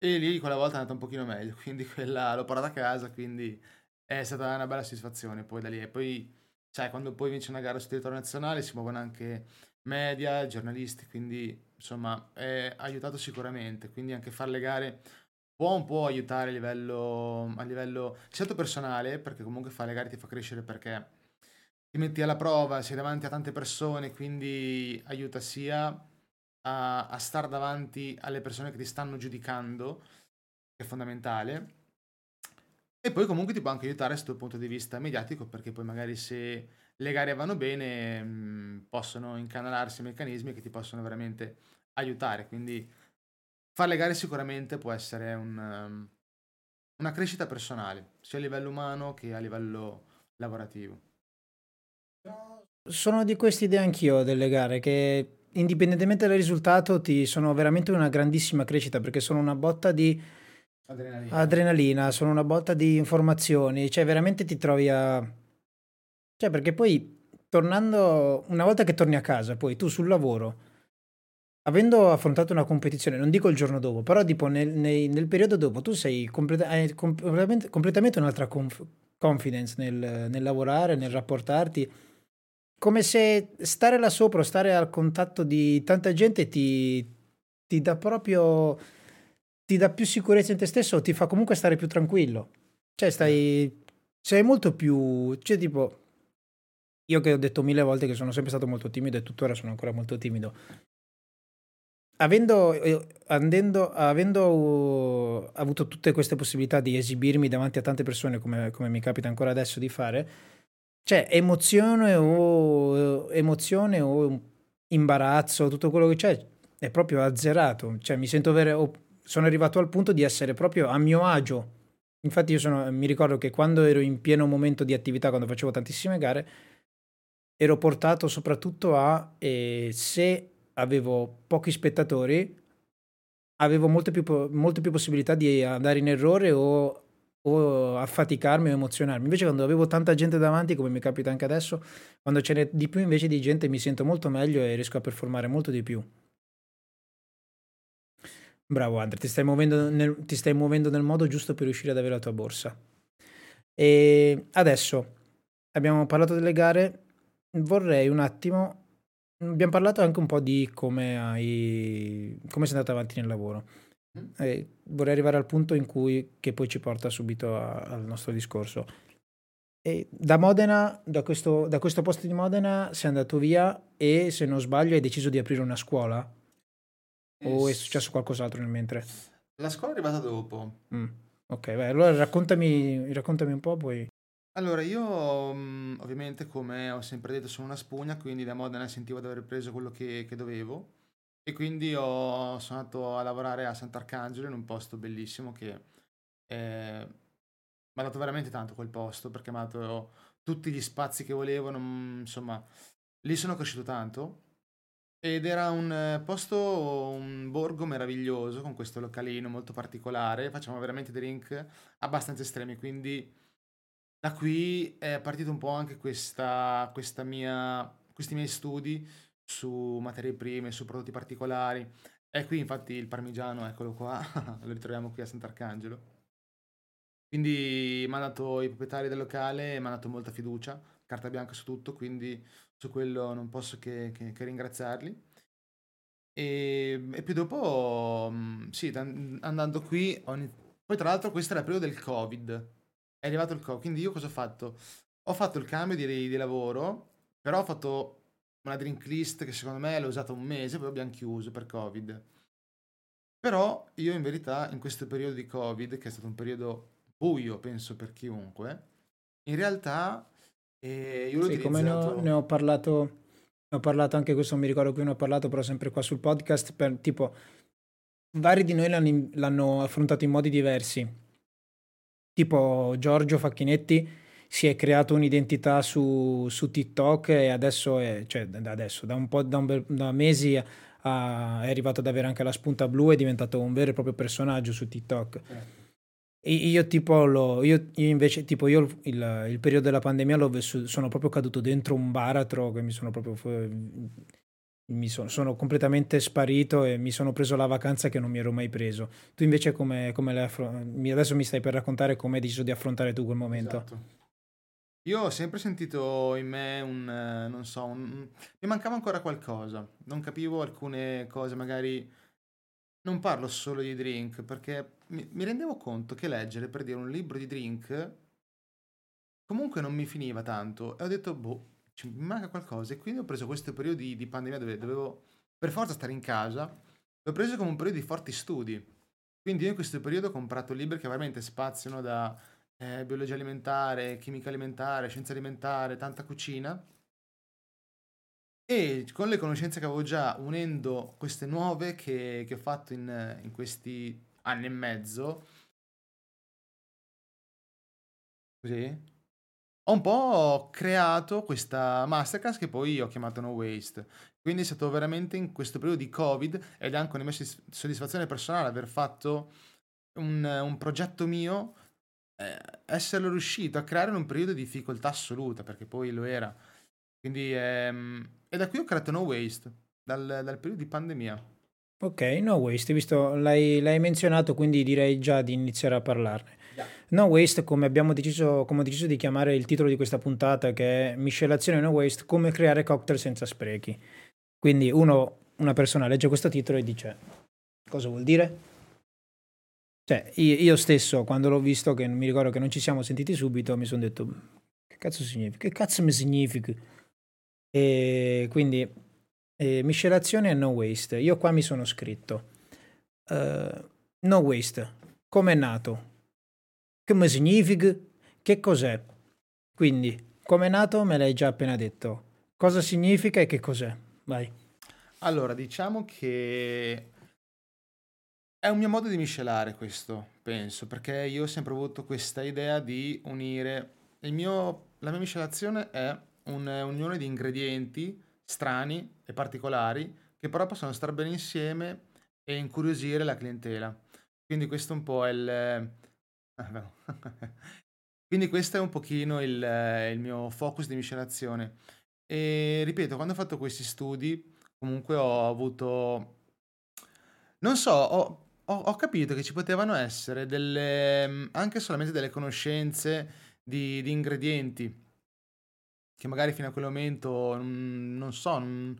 E lì quella volta è andata un pochino meglio, quindi quella l'ho portata a casa, quindi è stata una bella soddisfazione poi da lì. E poi, sai, quando poi vince una gara sul territorio nazionale si muovono anche media, giornalisti, quindi insomma è aiutato sicuramente. Quindi anche fare le gare può un po' aiutare a livello certo personale, perché comunque fare le gare ti fa crescere perché ti metti alla prova, sei davanti a tante persone, quindi aiuta sia a star davanti alle persone che ti stanno giudicando, che è fondamentale, e poi comunque ti può anche aiutare sotto il punto di vista mediatico, perché poi magari se le gare vanno bene, possono incanalarsi meccanismi che ti possono veramente aiutare. Quindi fare le gare sicuramente può essere una crescita personale, sia a livello umano che a livello lavorativo. Sono di questa idea anch'io delle gare, che indipendentemente dal risultato ti sono veramente una grandissima crescita, perché sono una botta di Adrenalina. adrenalina, sono una botta di informazioni, cioè veramente ti trovi a... Cioè perché poi tornando, una volta che torni a casa, poi tu sul lavoro, avendo affrontato una competizione, non dico il giorno dopo, però tipo nel periodo dopo, tu sei hai completamente un'altra confidence nel lavorare, nel rapportarti, come se stare là sopra, o stare al contatto di tanta gente ti dà proprio, ti dà più sicurezza in te stesso, ti fa comunque stare più tranquillo. Cioè Certo. sei molto più, cioè tipo, io che ho detto mille volte che sono sempre stato molto timido e tuttora sono ancora molto timido. Avendo avuto tutte queste possibilità di esibirmi davanti a tante persone, come mi capita ancora adesso di fare, cioè emozione o imbarazzo, tutto quello che c'è è proprio azzerato. Cioè mi sento sono arrivato al punto di essere proprio a mio agio. Infatti mi ricordo che quando ero in pieno momento di attività, quando facevo tantissime gare, ero portato soprattutto se avevo pochi spettatori, avevo molte più possibilità di andare in errore o affaticarmi o emozionarmi. Invece quando avevo tanta gente davanti, come mi capita anche adesso, quando ce n'è di più invece di gente mi sento molto meglio e riesco a performare molto di più. Bravo Andre, ti stai muovendo nel modo giusto per riuscire ad avere la tua borsa. E adesso abbiamo parlato delle gare, vorrei un attimo. Abbiamo parlato anche un po' di come sei andato avanti nel lavoro. Mm. Vorrei arrivare al punto in cui, che poi ci porta subito al nostro discorso. E da Modena, da questo posto di Modena, sei andato via e se non sbaglio hai deciso di aprire una scuola? E O è successo qualcos'altro nel mentre? la scuola è arrivata dopo. Mm. Ok, beh, allora raccontami un po', poi. Allora, io ovviamente, come ho sempre detto, sono una spugna, quindi da Modena sentivo di aver preso quello che dovevo e quindi sono andato a lavorare a Sant'Arcangelo in un posto bellissimo che mi ha dato veramente tanto quel posto perché mi ha dato tutti gli spazi che volevo, insomma, lì sono cresciuto tanto ed era un posto, un borgo meraviglioso con questo localino molto particolare, facciamo veramente drink abbastanza estremi, quindi da qui è partito un po' anche questi miei studi su materie prime, su prodotti particolari. E qui infatti il parmigiano, eccolo qua, lo ritroviamo qui a Sant'Arcangelo. Quindi mi hanno dato i proprietari del locale, mi hanno dato molta fiducia, carta bianca su tutto, quindi su quello non posso che ringraziarli. E più dopo, sì, andando qui, poi tra l'altro questo era il periodo del Covid, è arrivato il Covid, quindi io cosa ho fatto? Ho fatto il cambio di lavoro, però ho fatto una drink list che secondo me l'ho usata un mese, poi abbiamo chiuso per Covid. Però io in verità in questo periodo di Covid, che è stato un periodo buio, penso per chiunque, in realtà io l'ho Sì, come ne utilizzato. ho parlato anche questo, non mi ricordo qui ne ho parlato, però sempre qua sul podcast, per tipo, vari di noi l'hanno affrontato in modi diversi. Tipo Giorgio Facchinetti si è creato un'identità su TikTok e adesso cioè da adesso, da un po', da mesi è arrivato ad avere anche la spunta blu, è diventato un vero e proprio personaggio su TikTok. Certo. Io tipo io invece tipo io il periodo della pandemia sono proprio caduto dentro un baratro che mi sono proprio sono completamente sparito e mi sono preso la vacanza che non mi ero mai preso. Tu invece come adesso mi stai per raccontare come hai deciso di affrontare tu quel momento. Esatto. Io ho sempre sentito in me non so, mi mancava ancora qualcosa. Non capivo alcune cose, magari non parlo solo di drink, perché mi rendevo conto che leggere, per dire, un libro di drink comunque non mi finiva tanto. E ho detto, boh, mi manca qualcosa. E quindi ho preso questo periodo di pandemia dove dovevo per forza stare in casa. L'ho preso come un periodo di forti studi. Quindi io in questo periodo ho comprato libri che veramente spaziano da biologia alimentare, chimica alimentare, scienza alimentare, tanta cucina. E con le conoscenze che avevo già, unendo queste nuove che ho fatto in questi anni e mezzo, così, ho un po' creato questa masterclass che poi ho chiamato No Waste. Quindi è stato veramente in questo periodo di Covid ed è anche una mia soddisfazione personale aver fatto un progetto mio, esserlo riuscito a creare in un periodo di difficoltà assoluta, perché poi lo era. Quindi, e da qui ho creato No Waste, dal periodo di pandemia. Ok, no waste, visto l'hai menzionato, quindi direi già di iniziare a parlarne. Yeah. No waste, come ho deciso di chiamare il titolo di questa puntata, che è Miscelazione no waste, come creare cocktail senza sprechi. Quindi una persona legge questo titolo e dice, cosa vuol dire? Cioè, io stesso, quando l'ho visto, che mi ricordo che non ci siamo sentiti subito, mi sono detto, che cazzo significa? Che cazzo mi significa? E quindi, miscelazione e no waste. Io qua mi sono scritto, no waste, come è nato? Che mi significa? Che cos'è? Quindi, come è nato me l'hai già appena detto. Cosa significa e che cos'è? Vai. Allora, diciamo che è un mio modo di miscelare questo, penso, perché io ho sempre avuto questa idea di unire la mia miscelazione è un'unione di ingredienti strani e particolari che però possono stare bene insieme e incuriosire la clientela. Quindi questo un po' è no. Quindi questo è un pochino il mio focus di miscelazione. E ripeto, quando ho fatto questi studi, comunque ho avuto non so, ho capito che ci potevano essere anche solamente delle conoscenze di ingredienti che magari fino a quel momento non so,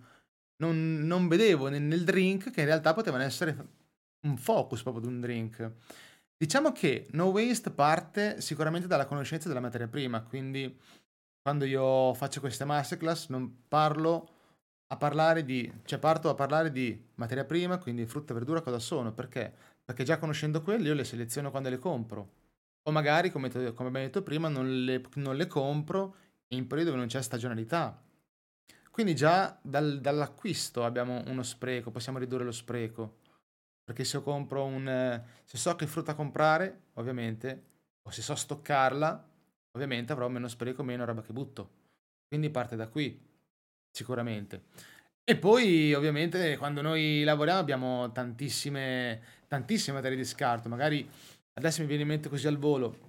non vedevo nel drink, che in realtà potevano essere un focus proprio di un drink. Diciamo che No Waste parte sicuramente dalla conoscenza della materia prima, quindi quando io faccio queste masterclass non parlo a parlare di, cioè parto a parlare di materia prima, quindi frutta e verdura cosa sono, perché? Perché già conoscendo quelle io le seleziono quando le compro. O magari, come abbiamo detto prima, non le compro in periodi dove non c'è stagionalità. Quindi già dall'acquisto abbiamo uno spreco, possiamo ridurre lo spreco. Perché se so che frutta comprare, ovviamente, o se so stoccarla, ovviamente avrò meno spreco, meno roba che butto. Quindi parte da qui, sicuramente. E poi, ovviamente, quando noi lavoriamo abbiamo tantissime materie di scarto. Magari adesso mi viene in mente così al volo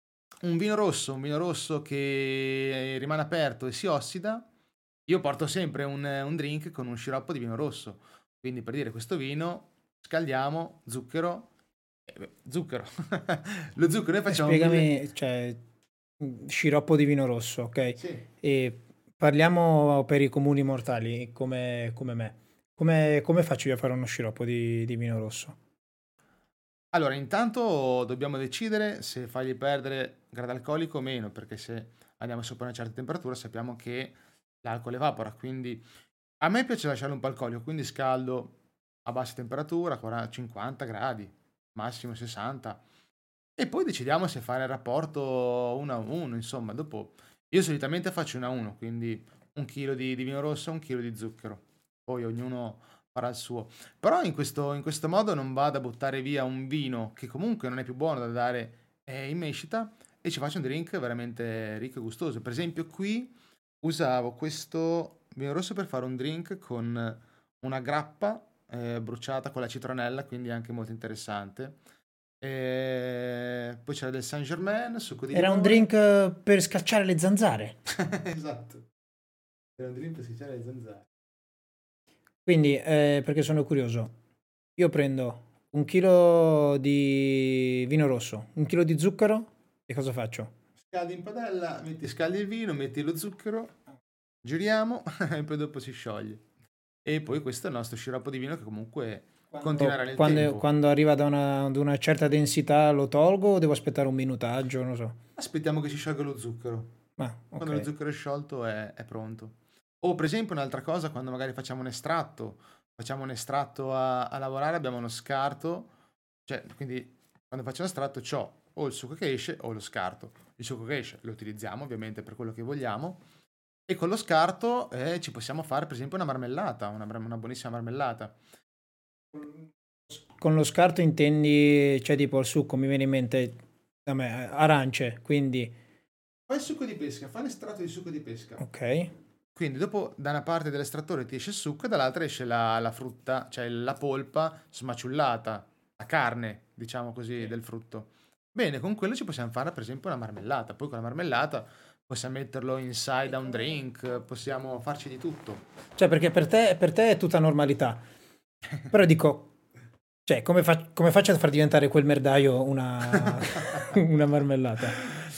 un vino rosso che rimane aperto e si ossida. Io porto sempre un drink con un sciroppo di vino rosso. Quindi per dire questo vino, scaldiamo, zucchero, zucchero. Lo zucchero noi facciamo mille... Spiegami, cioè, sciroppo di vino rosso, ok? Sì. E parliamo per i comuni mortali come me. Come faccio io a fare uno sciroppo di vino rosso? Allora, intanto dobbiamo decidere se fargli perdere grado alcolico o meno, perché se andiamo sopra una certa temperatura sappiamo che l'alcol evapora, quindi a me piace lasciarlo un po' alcolico, quindi scaldo a bassa temperatura, 50 gradi, massimo 60, e poi decidiamo se fare il rapporto 1 a 1, insomma, dopo io solitamente faccio 1 a 1, quindi un chilo di vino rosso, un chilo di zucchero, poi ognuno farà il suo. Però in questo modo non vado a buttare via un vino che comunque non è più buono da dare in mescita e ci faccio un drink veramente ricco e gustoso. Per esempio qui usavo questo vino rosso per fare un drink con una grappa bruciata con la citronella, quindi anche molto interessante. E poi c'era del Saint Germain, succo di Era un limone. drink per scacciare le zanzare. Esatto. Era un drink per schiacciare le zanzare. Quindi, perché sono curioso, io prendo un chilo di vino rosso, un chilo di zucchero e cosa faccio? Scaldi in padella, scaldi il vino, metti lo zucchero, giriamo e poi dopo si scioglie. E poi questo è il nostro sciroppo di vino che comunque continuerà Quando, nel quando- tempo. quando arriva ad una certa densità lo tolgo o devo aspettare un minutaggio? Non so. Aspettiamo che si sciolga lo zucchero. Ah, ok. Quando lo zucchero è sciolto è pronto. O per esempio un'altra cosa, quando magari facciamo un estratto a lavorare, abbiamo uno scarto, cioè quindi quando faccio un estratto c'ho o il succo che esce o lo scarto. Il succo che esce lo utilizziamo ovviamente per quello che vogliamo e con lo scarto ci possiamo fare per esempio una marmellata, una buonissima marmellata. Con lo scarto intendi, cioè tipo il succo, mi viene in mente, a me, arance, quindi, Fai il succo di pesca, fai l'estratto di succo di pesca. ok. Quindi dopo da una parte dell'estrattore ti esce il succo e dall'altra esce la frutta, cioè la polpa smaciullata, la carne, diciamo così, del frutto. Bene, con quello ci possiamo fare per esempio una marmellata. Poi con la marmellata possiamo metterlo inside a un drink, possiamo farci di tutto. Cioè perché per te è tutta normalità, però dico, cioè come faccio a far diventare quel merdaio una, una marmellata?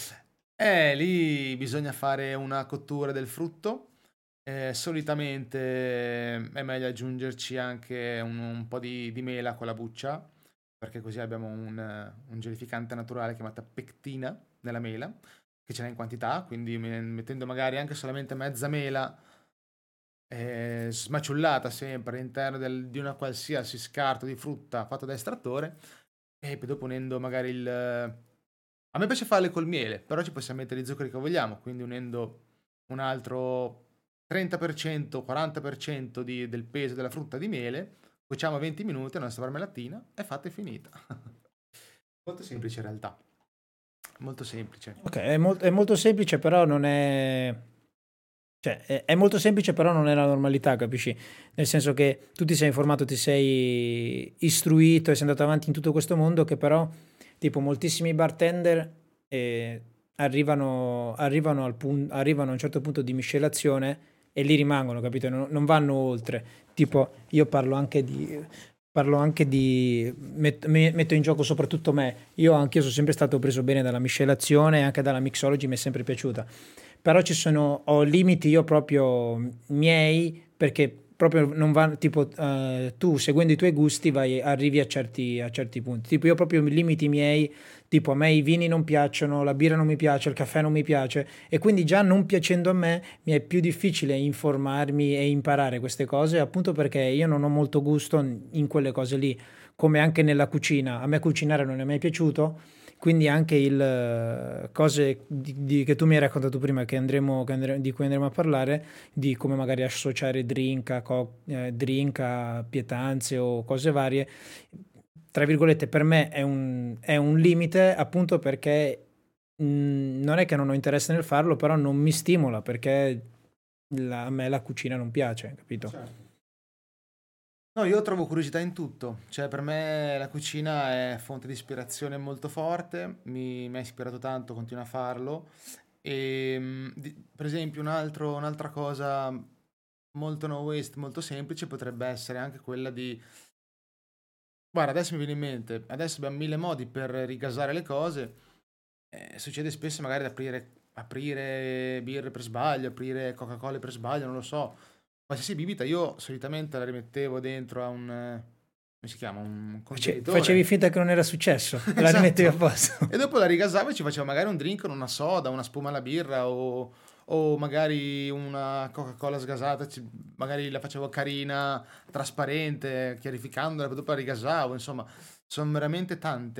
Lì bisogna fare una cottura del frutto. Solitamente è meglio aggiungerci anche un po' di mela con la buccia, perché così abbiamo un gelificante naturale chiamato pectina nella mela, che ce n'è in quantità, quindi mettendo magari anche solamente mezza mela smaciullata sempre all'interno di una qualsiasi scarto di frutta fatto da estrattore, e poi dopo unendo magari il... A me piace farle col miele, però ci possiamo mettere gli zuccheri che vogliamo, quindi unendo un altro 30%, 40% del peso della frutta di miele, cuociamo 20 minuti, la nostra marmellatina è fatta e finita. Molto semplice in realtà, molto semplice. Ok, è molto semplice, però non è... Cioè, è molto semplice, però non è la normalità, capisci? Nel senso che tu ti sei informato, ti sei istruito e sei andato avanti in tutto questo mondo che però, tipo, moltissimi bartender arrivano a un certo punto di miscelazione e lì rimangono, capito? Non vanno oltre. Tipo, io parlo anche di, metto in gioco soprattutto me. Io sono sempre stato preso bene dalla miscelazione e anche dalla mixology mi è sempre piaciuta. Però ho limiti io proprio miei perché proprio non va, tipo tu seguendo i tuoi gusti arrivi a certi punti. Tipo io proprio limiti miei, tipo a me i vini non piacciono, la birra non mi piace, il caffè non mi piace e quindi già non piacendo a me mi è più difficile informarmi e imparare queste cose appunto perché io non ho molto gusto in quelle cose lì, come anche nella cucina. A me cucinare non è mai piaciuto, quindi anche cose che tu mi hai raccontato prima, di cui andremo a parlare, di come magari associare drink a pietanze o cose varie, tra virgolette, per me è un limite appunto perché non è che non ho interesse nel farlo, però non mi stimola perché a me la cucina non piace, capito? Certo. No, io trovo curiosità in tutto, cioè per me la cucina è fonte di ispirazione molto forte, mi ha ispirato tanto, continuo a farlo. E per esempio un'altra cosa molto no waste, molto semplice potrebbe essere anche quella di... Guarda, adesso mi viene in mente, adesso abbiamo mille modi per rigasare le cose, succede spesso magari di aprire birre per sbaglio, aprire Coca-Cola per sbaglio, non lo so. Qualsiasi bibita io solitamente la rimettevo dentro a come si chiama? Un Facevi contenitore. finta che non era successo, la rimettevi a Esatto. posto. E dopo la rigasavo e ci facevo magari un drink con una soda, una spuma alla birra o magari una Coca-Cola sgasata, magari la facevo carina, trasparente, chiarificandola, poi dopo la rigasavo, insomma, sono veramente tante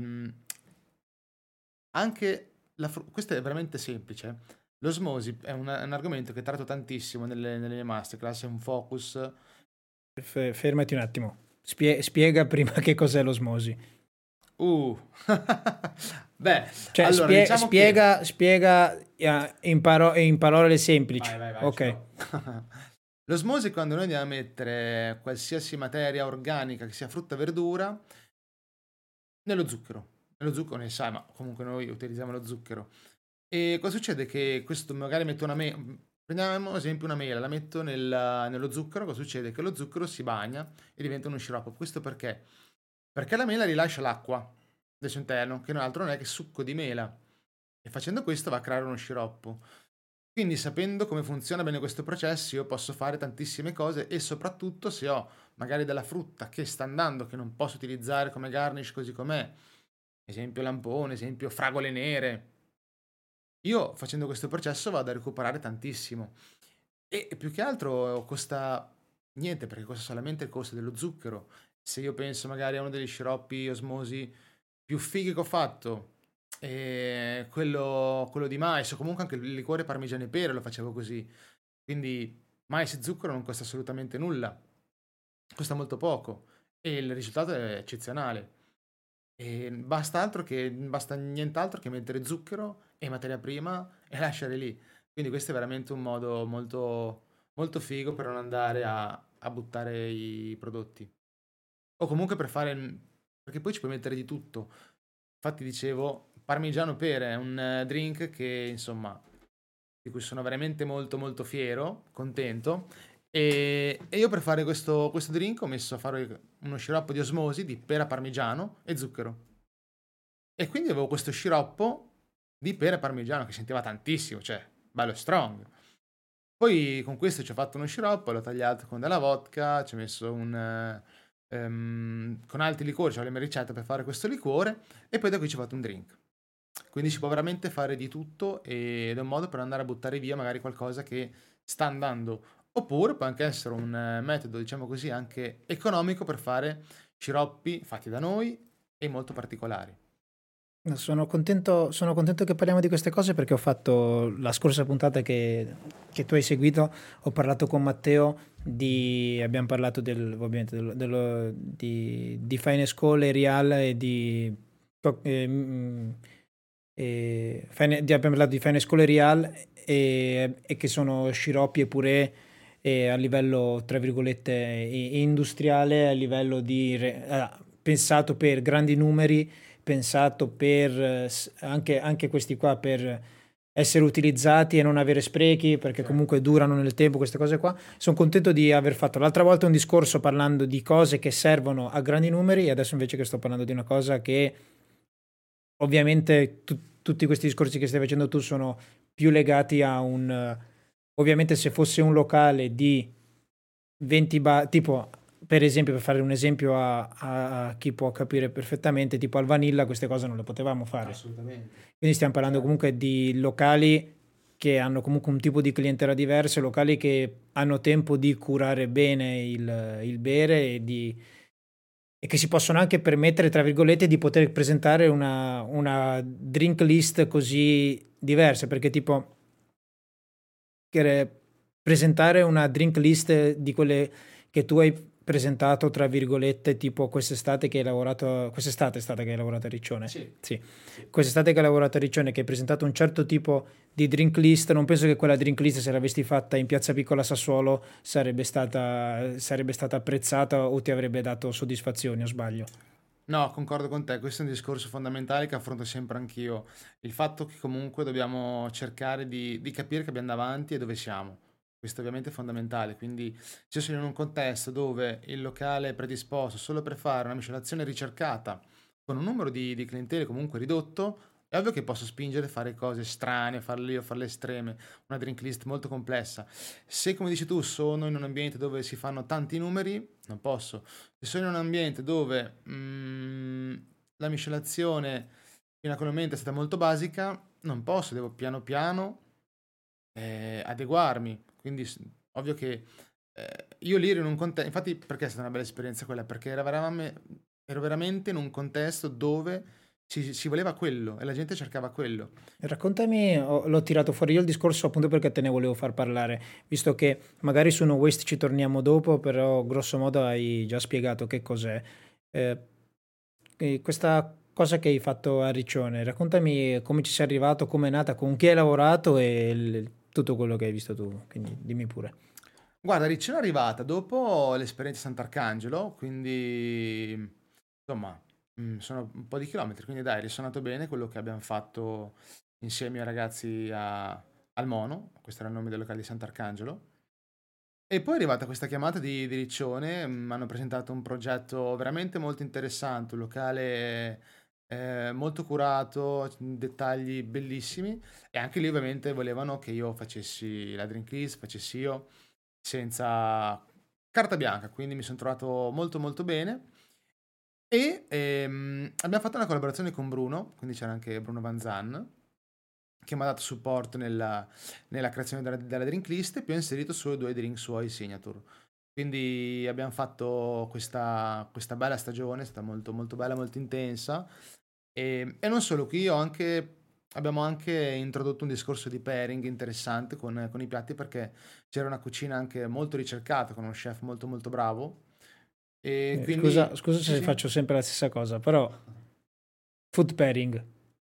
anche questo è veramente semplice. L'osmosi è un argomento che tratto tantissimo nelle mie masterclass, è un focus. Fermati un attimo. Spiega prima che cos'è l'osmosi. Uh, beh, Cioè, allora diciamo che... spiega in parole semplici. Vai, ce Ok. l'ho. L'osmosi è quando noi andiamo a mettere qualsiasi materia organica, che sia frutta o verdura, nello zucchero. Nello zucchero, ne sai, ma comunque noi utilizziamo lo zucchero. E cosa succede? Che questo magari metto Prendiamo ad esempio una mela, la metto nello zucchero, cosa succede? Che lo zucchero si bagna e diventa uno sciroppo. Questo perché? Perché la mela rilascia l'acqua del suo interno, che non altro non è che succo di mela. E facendo questo va a creare uno sciroppo. Quindi sapendo come funziona bene questo processo, io posso fare tantissime cose e soprattutto se ho magari della frutta che sta andando, che non posso utilizzare come garnish così com'è, esempio lampone, esempio fragole nere, io facendo questo processo vado a recuperare tantissimo. E più che altro costa niente, perché costa solamente il costo dello zucchero. Se io penso magari a uno degli sciroppi osmosi più fighi che ho fatto, quello di mais, o comunque anche il liquore parmigiano e pere lo facevo così. Quindi mais e zucchero non costa assolutamente nulla, costa molto poco e il risultato è eccezionale. E basta nient'altro che mettere zucchero e materia prima e lasciare lì. Quindi questo è veramente un modo molto, molto figo per non andare a buttare i prodotti. O comunque per fare, perché poi ci puoi mettere di tutto. Infatti dicevo, parmigiano pere è un drink che insomma di cui sono veramente molto molto fiero, contento. E io per fare questo drink ho messo a fare uno sciroppo di osmosi di pera parmigiano e zucchero. E quindi avevo questo sciroppo di pere parmigiano che sentiva tantissimo, cioè bello strong. Poi con questo ci ho fatto uno sciroppo, l'ho tagliato con della vodka, ci ho messo con altri liquori, c'ho le mie ricette per fare questo liquore e poi da qui ci ho fatto un drink. Quindi si può veramente fare di tutto ed è un modo per andare a buttare via magari qualcosa che sta andando. Oppure può anche essere un metodo, diciamo così, anche economico per fare sciroppi fatti da noi e molto particolari. Sono contento che parliamo di queste cose perché ho fatto la scorsa puntata che tu hai seguito, ho parlato con Matteo abbiamo parlato ovviamente di Fine School e Real e abbiamo parlato di Fine School e Real e che sono sciroppi e purè a livello, tra virgolette, industriale, a livello pensato per grandi numeri, pensato per anche questi qua per essere utilizzati e non avere sprechi perché Certo. comunque durano nel tempo queste cose qua. Sono contento di aver fatto l'altra volta un discorso parlando di cose che servono a grandi numeri e adesso invece che sto parlando di una cosa che ovviamente tutti questi discorsi che stai facendo tu sono più legati a ovviamente se fosse un locale di 20 bar, tipo per esempio, per fare un esempio a chi può capire perfettamente, tipo al Vanilla queste cose non le potevamo fare. Assolutamente. Quindi stiamo parlando Certo. comunque di locali che hanno comunque un tipo di clientela diverso, locali che hanno tempo di curare bene il bere e che si possono anche permettere, tra virgolette, di poter presentare una drink list così diversa, perché tipo presentare una drink list di quelle che tu hai presentato, tra virgolette, tipo quest'estate che hai lavorato, quest'estate è stata che hai lavorato a Riccione? Sì, Sì, sì. quest'estate che hai lavorato a Riccione, che hai presentato un certo tipo di drink list, non penso che quella drink list, se l'avessi fatta in Piazza Piccola Sassuolo, sarebbe stata apprezzata o ti avrebbe dato soddisfazioni, o sbaglio? No, concordo con te, questo è un discorso fondamentale che affronto sempre anch'io. Il fatto che comunque dobbiamo cercare di capire che abbiamo davanti e dove siamo. Questo ovviamente è fondamentale, quindi se io sono in un contesto dove il locale è predisposto solo per fare una miscelazione ricercata con un numero di clientele comunque ridotto, è ovvio che posso spingere a fare cose strane, farle io, farle estreme, una drink list molto complessa. Se, come dici tu, sono in un ambiente dove si fanno tanti numeri, non posso. Se sono in un ambiente dove la miscelazione fino a quel momento è stata molto basica, non posso, devo piano piano adeguarmi. Quindi ovvio che io lì ero in un contesto, infatti perché è stata una bella esperienza quella? Perché ero veramente in un contesto dove si voleva quello e la gente cercava quello. Raccontami, l'ho tirato fuori io il discorso appunto perché te ne volevo far parlare, visto che magari su No Waste ci torniamo dopo, però grosso modo hai già spiegato che cos'è. Eh, e questa cosa che hai fatto a Riccione, raccontami come ci sei arrivato, come è nata, con chi hai lavorato e tutto quello che hai visto tu, quindi dimmi pure. Guarda, Riccione è arrivata dopo l'esperienza a Sant'Arcangelo, quindi insomma sono un po' di chilometri, quindi dai, è risuonato bene quello che abbiamo fatto insieme ai ragazzi a al Mono, questo era il nome del locale di Sant'Arcangelo. E poi è arrivata questa chiamata di Riccione, mi hanno presentato un progetto veramente molto interessante, un locale molto curato, dettagli bellissimi, e anche lì ovviamente volevano che io facessi la drink list, facessi io senza carta bianca, quindi mi sono trovato molto molto bene. E abbiamo fatto una collaborazione con Bruno, quindi c'era anche Bruno Van Zan, che mi ha dato supporto nella creazione della drink list, e poi ho inserito solo due drink suoi signature. Quindi abbiamo fatto questa bella stagione, è stata molto, molto bella, molto intensa. E non solo qui, abbiamo anche introdotto un discorso di pairing interessante con i piatti, perché c'era una cucina anche molto ricercata, con uno chef molto molto bravo. E Scusa, quindi, scusa sì, se sì. faccio sempre la stessa cosa, però food pairing,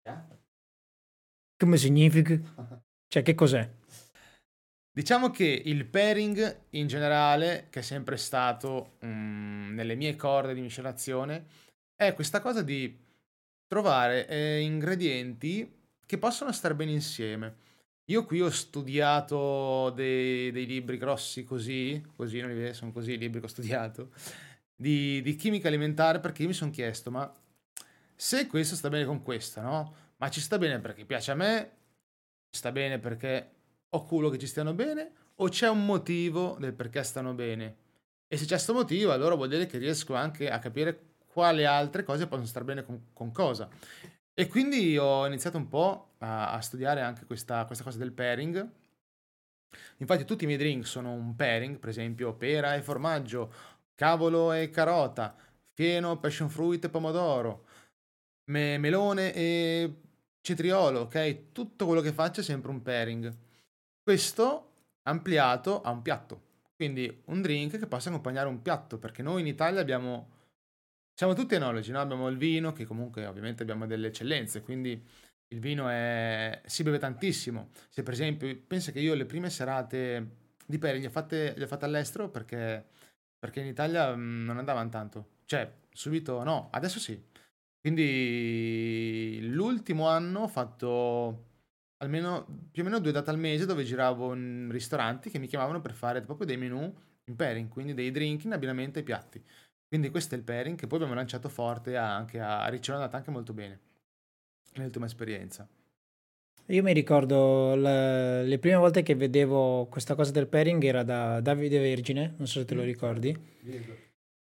come significa? Cioè, che cos'è? Diciamo che il pairing in generale, che è sempre stato nelle mie corde di miscelazione, è questa cosa di trovare ingredienti che possono stare bene insieme. Io qui ho studiato dei libri grossi così, non li vedo, sono così i libri che ho studiato, di chimica alimentare, perché io mi sono chiesto, ma se questo sta bene con questo, no? Ma ci sta bene perché piace a me, ci sta bene perché ho culo che ci stiano bene, o c'è un motivo del perché stanno bene? E se c'è questo motivo, allora vuol dire che riesco anche a capire quale altre cose possono star bene con cosa. E quindi ho iniziato un po' a studiare anche questa cosa del pairing. Infatti tutti i miei drink sono un pairing, per esempio pera e formaggio, cavolo e carota, fieno, passion fruit e pomodoro, melone e cetriolo, ok? Tutto quello che faccio è sempre un pairing. Questo ampliato a un piatto. Quindi un drink che possa accompagnare un piatto, perché noi in Italia siamo tutti enologi, no? Abbiamo il vino, che comunque ovviamente abbiamo delle eccellenze, quindi il vino si beve tantissimo. Se per esempio, pensa che io le prime serate di pairing le ho fatte all'estero, perché in Italia non andavano tanto. Cioè, subito no, adesso sì. Quindi l'ultimo anno ho fatto almeno più o meno 2 date al mese, dove giravo in ristoranti che mi chiamavano per fare proprio dei menù in pairing, quindi dei drink in abbinamento ai piatti. Quindi questo è il pairing che poi abbiamo lanciato forte anche a Riccione, è andata anche molto bene nell'ultima esperienza. Io mi ricordo le prime volte che vedevo questa cosa del pairing era da Davide Vergine, non so se te lo ricordi. Certo, Diego.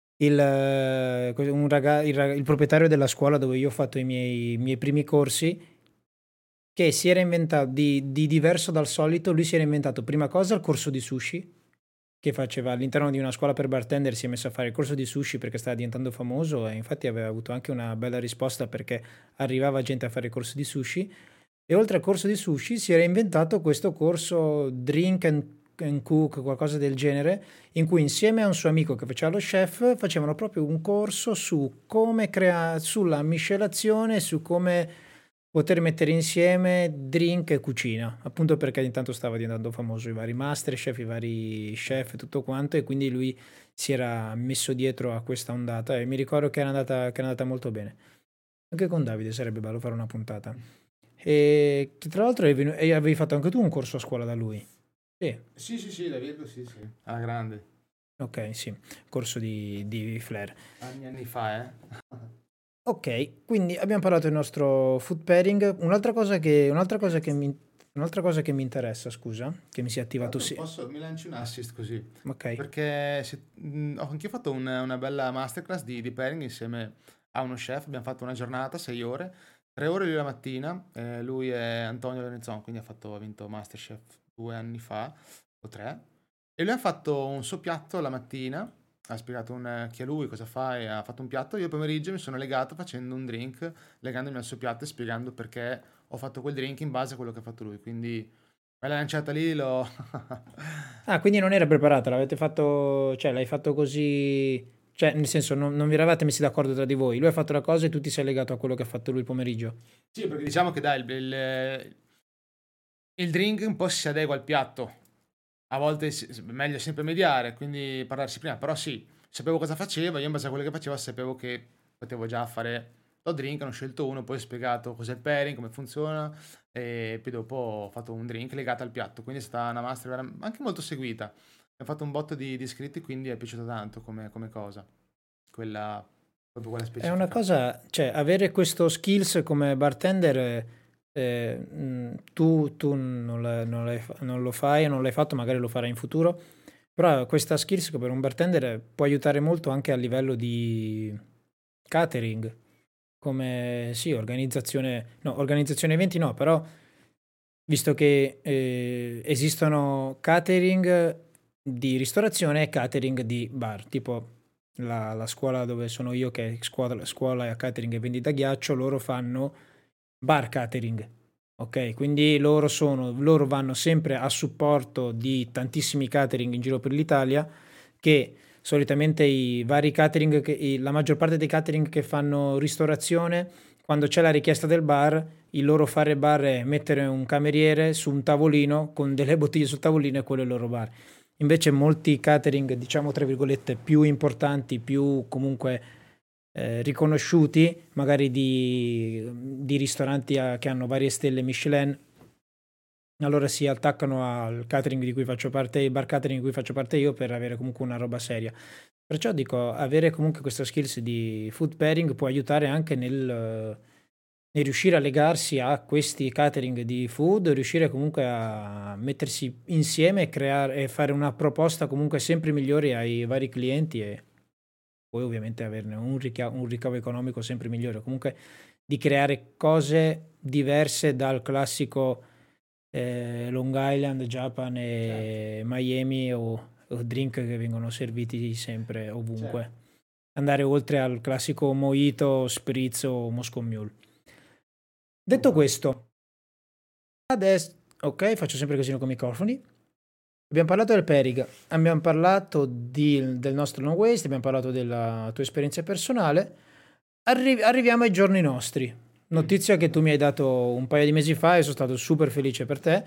Il proprietario della scuola dove io ho fatto i miei primi corsi, che si era inventato di diverso dal solito, lui si era inventato prima cosa il corso di sushi, che faceva all'interno di una scuola per bartender, si è messo a fare il corso di sushi perché stava diventando famoso, e infatti aveva avuto anche una bella risposta perché arrivava gente a fare il corso di sushi. E oltre al corso di sushi si era inventato questo corso drink and cook, qualcosa del genere, in cui insieme a un suo amico che faceva lo chef facevano proprio un corso su come sulla miscelazione, su come poter mettere insieme drink e cucina, appunto perché intanto stava diventando famoso i vari masterchef, i vari chef e tutto quanto, e quindi lui si era messo dietro a questa ondata, e mi ricordo che era andata molto bene. Anche con Davide sarebbe bello fare una puntata. E che tra l'altro avevi fatto anche tu un corso a scuola da lui. Sì, Sì, sì, sì, da Virgo, sì, sì. Alla grande. ok, sì, corso di Flair. Anni fa, eh. Ok, quindi abbiamo parlato del nostro food pairing. Un'altra cosa che mi interessa, scusa, che mi si è Tra attivato l'altro sì. mi lanci un assist così, Ok. perché ho anche fatto una bella masterclass di pairing insieme a uno chef, abbiamo fatto una giornata, 6 ore, 3 ore lui la mattina, lui è Antonio Lorenzon, quindi ha vinto Masterchef 2 anni fa, o 3, e lui ha fatto un suo piatto la mattina, ha spiegato chi è lui, cosa fa, e ha fatto un piatto. Io il pomeriggio mi sono legato facendo un drink, legandomi al suo piatto e spiegando perché ho fatto quel drink in base a quello che ha fatto lui, quindi me l'ha lanciata lì, l'ho... Ah, quindi non era preparata, l'avete fatto, cioè l'hai fatto così, cioè nel senso non vi eravate messi d'accordo tra di voi. Lui ha fatto la cosa e tu ti sei legato a quello che ha fatto lui il pomeriggio. Sì, perché diciamo che dai, il drink un po' si adegua al piatto. A volte è meglio sempre mediare, quindi parlarsi prima. Però sì, sapevo cosa faceva, io in base a quello che faceva sapevo che potevo già fare lo drink, ne ho scelto uno, poi ho spiegato cos'è il pairing, come funziona, e poi dopo ho fatto un drink legato al piatto, quindi è stata una master anche molto seguita. Ho fatto un botto di iscritti, quindi è piaciuto tanto come cosa, quella, proprio quella È una specifica. cosa, cioè avere questo skills come bartender, tu non lo fai o non l'hai fatto, magari lo farai in futuro, però questa skills per un bartender può aiutare molto anche a livello di catering, come sì, organizzazione, no, organizzazione eventi no, però visto che esistono catering di ristorazione e catering di bar, tipo la scuola dove sono io, che è scuola catering e vendita ghiaccio, loro fanno bar catering. Ok, quindi loro vanno sempre a supporto di tantissimi catering in giro per l'Italia, che solitamente i vari catering, la maggior parte dei catering che fanno ristorazione, quando c'è la richiesta del bar, il loro fare bar è mettere un cameriere su un tavolino con delle bottiglie sul tavolino e quello è il loro bar. Invece molti catering, diciamo tra virgolette, più importanti, più comunque riconosciuti, magari di ristoranti che hanno varie stelle Michelin, allora si attaccano al catering di cui faccio parte, il bar catering di cui faccio parte io, per avere comunque una roba seria. Perciò dico, avere comunque questa skills di food pairing può aiutare anche nel riuscire a legarsi a questi catering di food, riuscire comunque a mettersi insieme e creare e fare una proposta comunque sempre migliore ai vari clienti, e poi ovviamente averne un ricavo economico sempre migliore. Comunque di creare cose diverse dal classico Long Island, Japan Certo, e Miami, o drink che vengono serviti sempre certo. ovunque. Andare oltre al classico mojito, spritz o Moscow Mule. Detto Uguale. questo, adesso, ok, faccio sempre casino con i microfoni. Abbiamo parlato del Perig, abbiamo parlato del nostro long waste, abbiamo parlato della tua esperienza personale. Arriviamo ai giorni nostri. Mm. Notizia che tu mi hai dato un paio di mesi fa e sono stato super felice per te.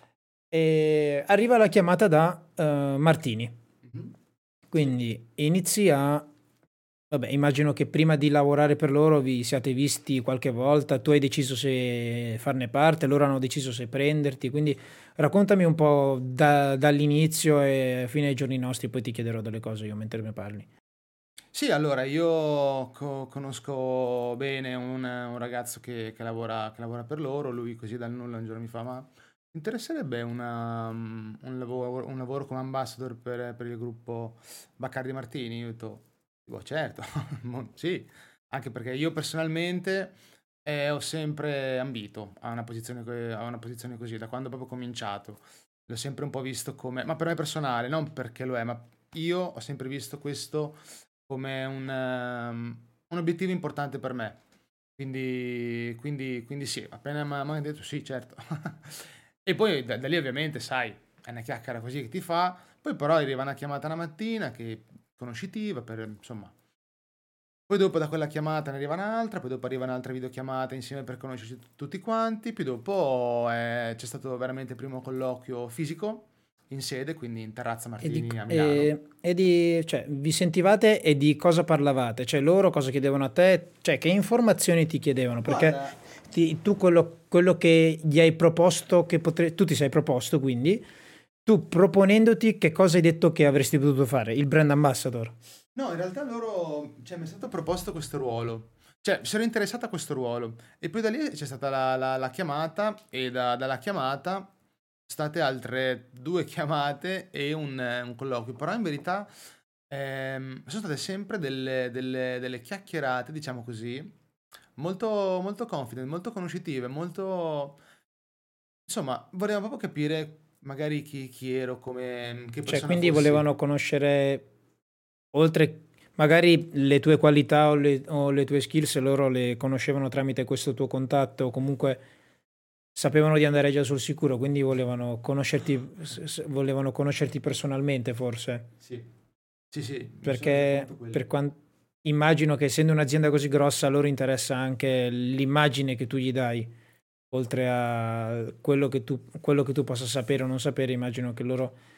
E arriva la chiamata da Martini. Mhm. Sì. Quindi inizi a... Vabbè, immagino che prima di lavorare per loro vi siate visti qualche volta, tu hai deciso se farne parte, loro hanno deciso se prenderti, quindi raccontami un po' dall'inizio e fino ai giorni nostri, poi ti chiederò delle cose io mentre mi parli. Sì, allora io conosco bene un ragazzo che lavora per loro, lui così dal nulla un giorno mi fa, ma ti interesserebbe un lavoro come ambassador per il gruppo Baccardi Martini? Io ho detto, "Boh, certo, sì, anche perché io personalmente ho sempre ambito a una posizione così, da quando ho proprio cominciato. L'ho sempre un po' visto come, ma per me personale, non perché lo è, ma io ho sempre visto questo come un obiettivo importante per me. Quindi sì, appena mi hanno detto sì, certo. E poi da lì ovviamente, sai, è una chiacchiera così che ti fa, poi però arriva una chiamata una mattina che conoscitiva per, insomma, poi dopo da quella chiamata ne arriva un'altra, poi dopo arriva un'altra videochiamata insieme per conoscerci tutti quanti, più dopo c'è stato veramente il primo colloquio fisico in sede, quindi in Terrazza Martini a Milano. Cioè, vi sentivate e di cosa parlavate? Cioè, loro cosa chiedevano a te? Cioè, che informazioni ti chiedevano? Perché Guarda, tu quello che gli hai proposto, tu ti sei proposto, quindi, tu proponendoti che cosa hai detto che avresti potuto fare? Il brand ambassador. no, in realtà loro, cioè, mi è stato proposto questo ruolo, cioè, si era interessata a questo ruolo, e poi da lì c'è stata la chiamata, e dalla chiamata state altre due chiamate e un colloquio, però in verità sono state sempre delle chiacchierate, diciamo così, molto, molto confident, molto conoscitive, molto... Insomma, volevamo proprio capire magari chi ero, che Cioè, persona quindi fossi. volevano conoscere, oltre magari le tue qualità o le tue skills, loro le conoscevano tramite questo tuo contatto, o comunque sapevano di andare già sul sicuro, quindi volevano conoscerti personalmente, forse. Sì, sì, sì, mi sono reso Perché conto quello. immagino che essendo un'azienda così grossa, a loro interessa anche l'immagine che tu gli dai, oltre a quello che tu possa sapere o non sapere, immagino che loro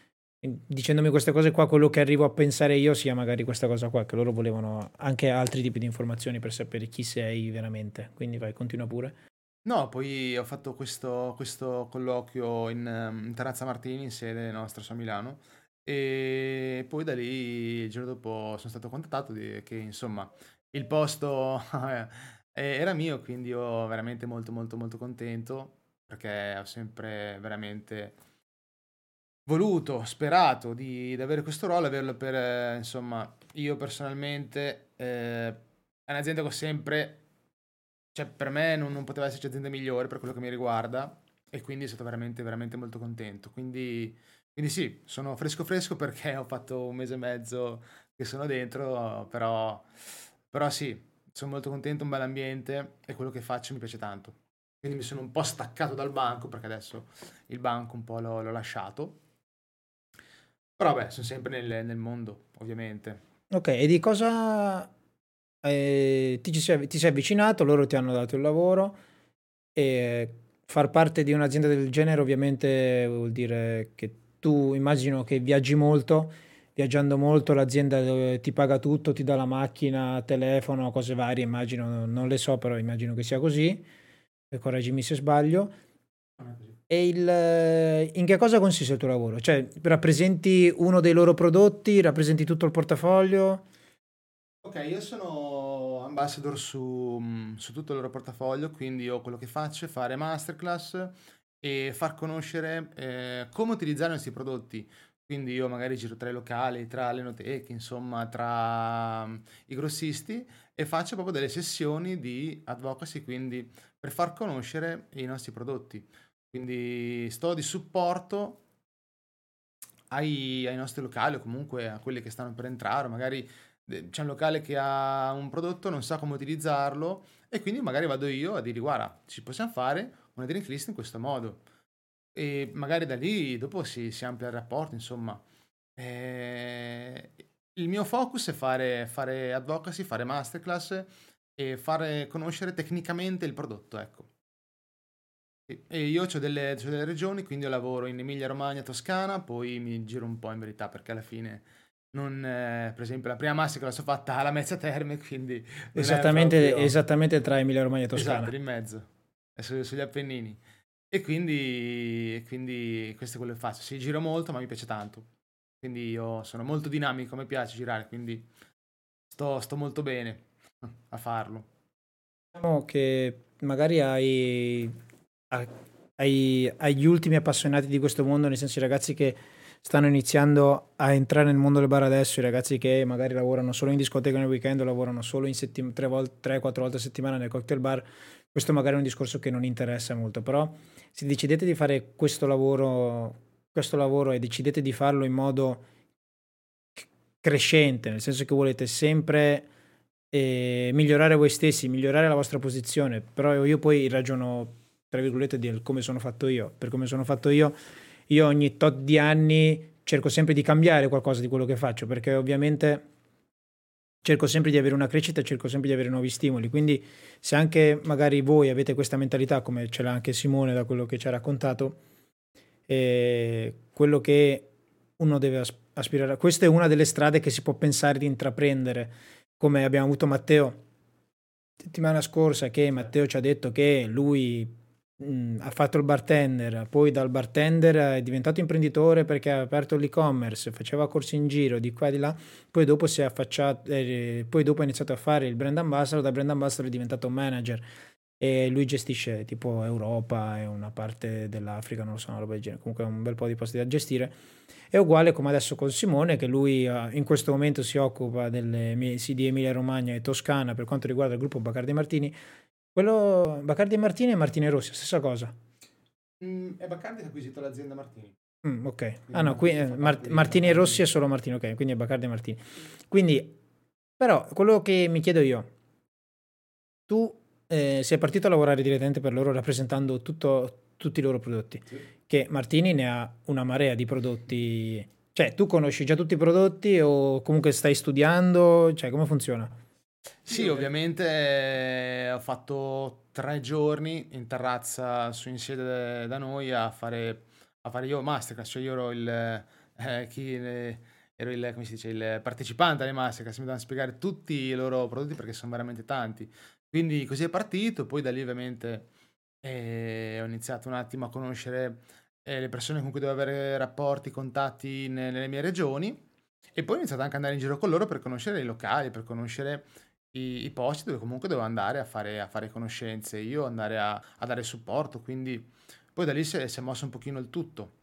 Dicendomi queste cose qua, quello che arrivo a pensare io sia magari questa cosa qua, che loro volevano anche altri tipi di informazioni per sapere chi sei veramente. Quindi vai, continua pure. No, poi ho fatto questo colloquio in Terrazza Martini, in sede nostra su a Milano, e poi da lì il giorno dopo sono stato contattato che insomma il posto era mio, quindi io veramente molto molto molto contento perché ho sempre veramente voluto, sperato di avere questo ruolo, averlo per, insomma, io personalmente è un'azienda che ho sempre, cioè per me non poteva esserci azienda migliore per quello che mi riguarda e quindi sono stato veramente, veramente molto contento. Quindi sì, sono fresco fresco perché ho fatto un mese e mezzo che sono dentro, però sì, sono molto contento, un bel ambiente e quello che faccio mi piace tanto. Quindi mi sono un po' staccato dal banco perché adesso il banco un po' l'ho lasciato. Però vabbè, sono sempre nel mondo, ovviamente. Ok, e di cosa ti sei avvicinato, loro ti hanno dato il lavoro e far parte di un'azienda del genere ovviamente vuol dire che tu immagino che viaggi molto, viaggiando molto l'azienda ti paga tutto, ti dà la macchina, telefono, cose varie, immagino, non le so, però immagino che sia così, e correggimi se sbaglio. Non è così. E in che cosa consiste il tuo lavoro? Cioè, rappresenti uno dei loro prodotti, rappresenti tutto il portafoglio? Ok, io sono ambassador su tutto il loro portafoglio, quindi io quello che faccio è fare masterclass e far conoscere come utilizzare questi prodotti. Quindi io magari giro tra i locali, tra le enoteche, insomma, tra i grossisti e faccio proprio delle sessioni di advocacy, quindi per far conoscere i nostri prodotti. Quindi sto di supporto ai nostri locali o comunque a quelli che stanno per entrare, o magari c'è un locale che ha un prodotto, non sa come utilizzarlo e quindi magari vado io a dire guarda, ci possiamo fare una drink list in questo modo e magari da lì dopo si amplia il rapporto, insomma. Eh, il mio focus è fare advocacy, fare masterclass e fare conoscere tecnicamente il prodotto, ecco. Sì, e io c'ho delle regioni, quindi io lavoro in Emilia Romagna, Toscana, poi mi giro un po' in verità perché alla fine non, per esempio la prima masterclass l'ho fatta alla Mezza Terme, quindi non è Esattamente, proprio esattamente tra Emilia Romagna e esatto, Toscana. lì in mezzo, è sugli Appennini. E quindi questo è quello che faccio. Sì, giro molto, ma mi piace tanto. Quindi io sono molto dinamico, mi piace girare, quindi sto molto bene a farlo. Diciamo che magari a- agli ultimi appassionati di questo mondo, nel senso i ragazzi che stanno iniziando a entrare nel mondo del bar adesso, i ragazzi che magari lavorano solo in discoteca nel weekend o lavorano solo in 3-4 volte a settimana nel cocktail bar, questo magari è un discorso che non interessa molto, però se decidete di fare questo lavoro e decidete di farlo in modo crescente, nel senso che volete sempre migliorare voi stessi, migliorare la vostra posizione, però io poi ragiono, tra virgolette, di come sono fatto io, per come sono fatto io ogni tot di anni cerco sempre di cambiare qualcosa di quello che faccio, perché ovviamente cerco sempre di avere una crescita, cerco sempre di avere nuovi stimoli, quindi se anche magari voi avete questa mentalità, come ce l'ha anche Simone da quello che ci ha raccontato, quello che uno deve aspirare. Questa è una delle strade che si può pensare di intraprendere, come abbiamo avuto Matteo settimana scorsa, che Matteo ci ha detto che lui ha fatto il bartender, poi dal bartender è diventato imprenditore perché ha aperto l'e-commerce, faceva corsi in giro di qua e di là, poi dopo si è affacciato, poi dopo ha iniziato a fare il brand ambassador, da brand ambassador è diventato un manager e lui gestisce tipo Europa e una parte dell'Africa, non lo so, una roba del genere, comunque un bel po' di posti da gestire. È uguale come adesso con Simone, che lui in questo momento si occupa sì, di Emilia Romagna e Toscana per quanto riguarda il gruppo Bacardi Martini. Quello Bacardi Martini e Martini Rossi, stessa cosa. È Bacardi che ha acquisito l'azienda Martini, Ok. Ah quindi no, qui Martini fa parte di Martini e Rossi Bacardi. è solo Martini, ok, quindi è Bacardi e Martini. Quindi, però, quello che mi chiedo io, tu sei partito a lavorare direttamente per loro rappresentando tutti i loro prodotti, Sì. che Martini ne ha una marea di prodotti, cioè tu conosci già tutti i prodotti o comunque stai studiando, cioè come funziona? Sì, ovviamente ho fatto 3 giorni in terrazza su in sede da noi a fare io masterclass, cioè io ero ero il, come si dice, il partecipante alle Masterclass, mi dovevano spiegare tutti i loro prodotti perché sono veramente tanti. Quindi così è partito, poi da lì ovviamente ho iniziato un attimo a conoscere le persone con cui dovevo avere rapporti, contatti nelle mie regioni e poi ho iniziato anche ad andare in giro con loro per conoscere i locali, per conoscere i posti dove comunque dovevo andare a fare conoscenze, io andare a dare supporto, quindi poi da lì si è mosso un pochino il tutto.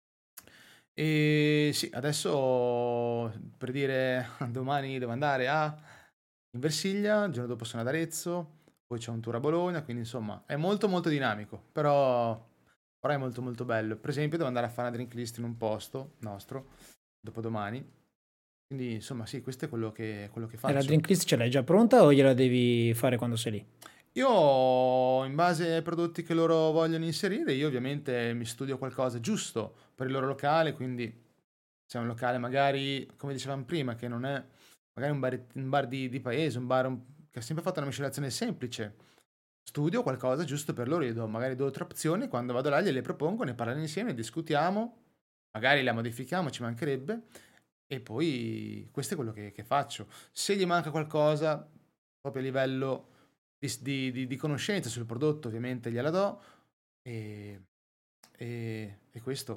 E sì, adesso per dire domani devo andare in Versilia, il giorno dopo sono ad Arezzo, poi c'è un tour a Bologna, quindi insomma è molto molto dinamico, però è molto molto bello. Per esempio devo andare a fare una drink list in un posto nostro, dopodomani, quindi insomma sì, questo è quello che E la faccio. drink list ce l'hai già pronta o gliela devi fare quando sei lì? Io, in base ai prodotti che loro vogliono inserire, io ovviamente mi studio qualcosa giusto per il loro locale, quindi se è un locale magari, come dicevamo prima, che non è magari un bar di paese, che ha sempre fatto una miscelazione semplice, studio qualcosa giusto per loro, io do magari 2 o 3 opzioni, quando vado là gliele propongo, ne parliamo insieme, discutiamo, magari la modifichiamo, ci mancherebbe, e poi questo è quello che faccio. Se gli manca qualcosa, proprio a livello di conoscenza sul prodotto, ovviamente gliela do, e, e questo.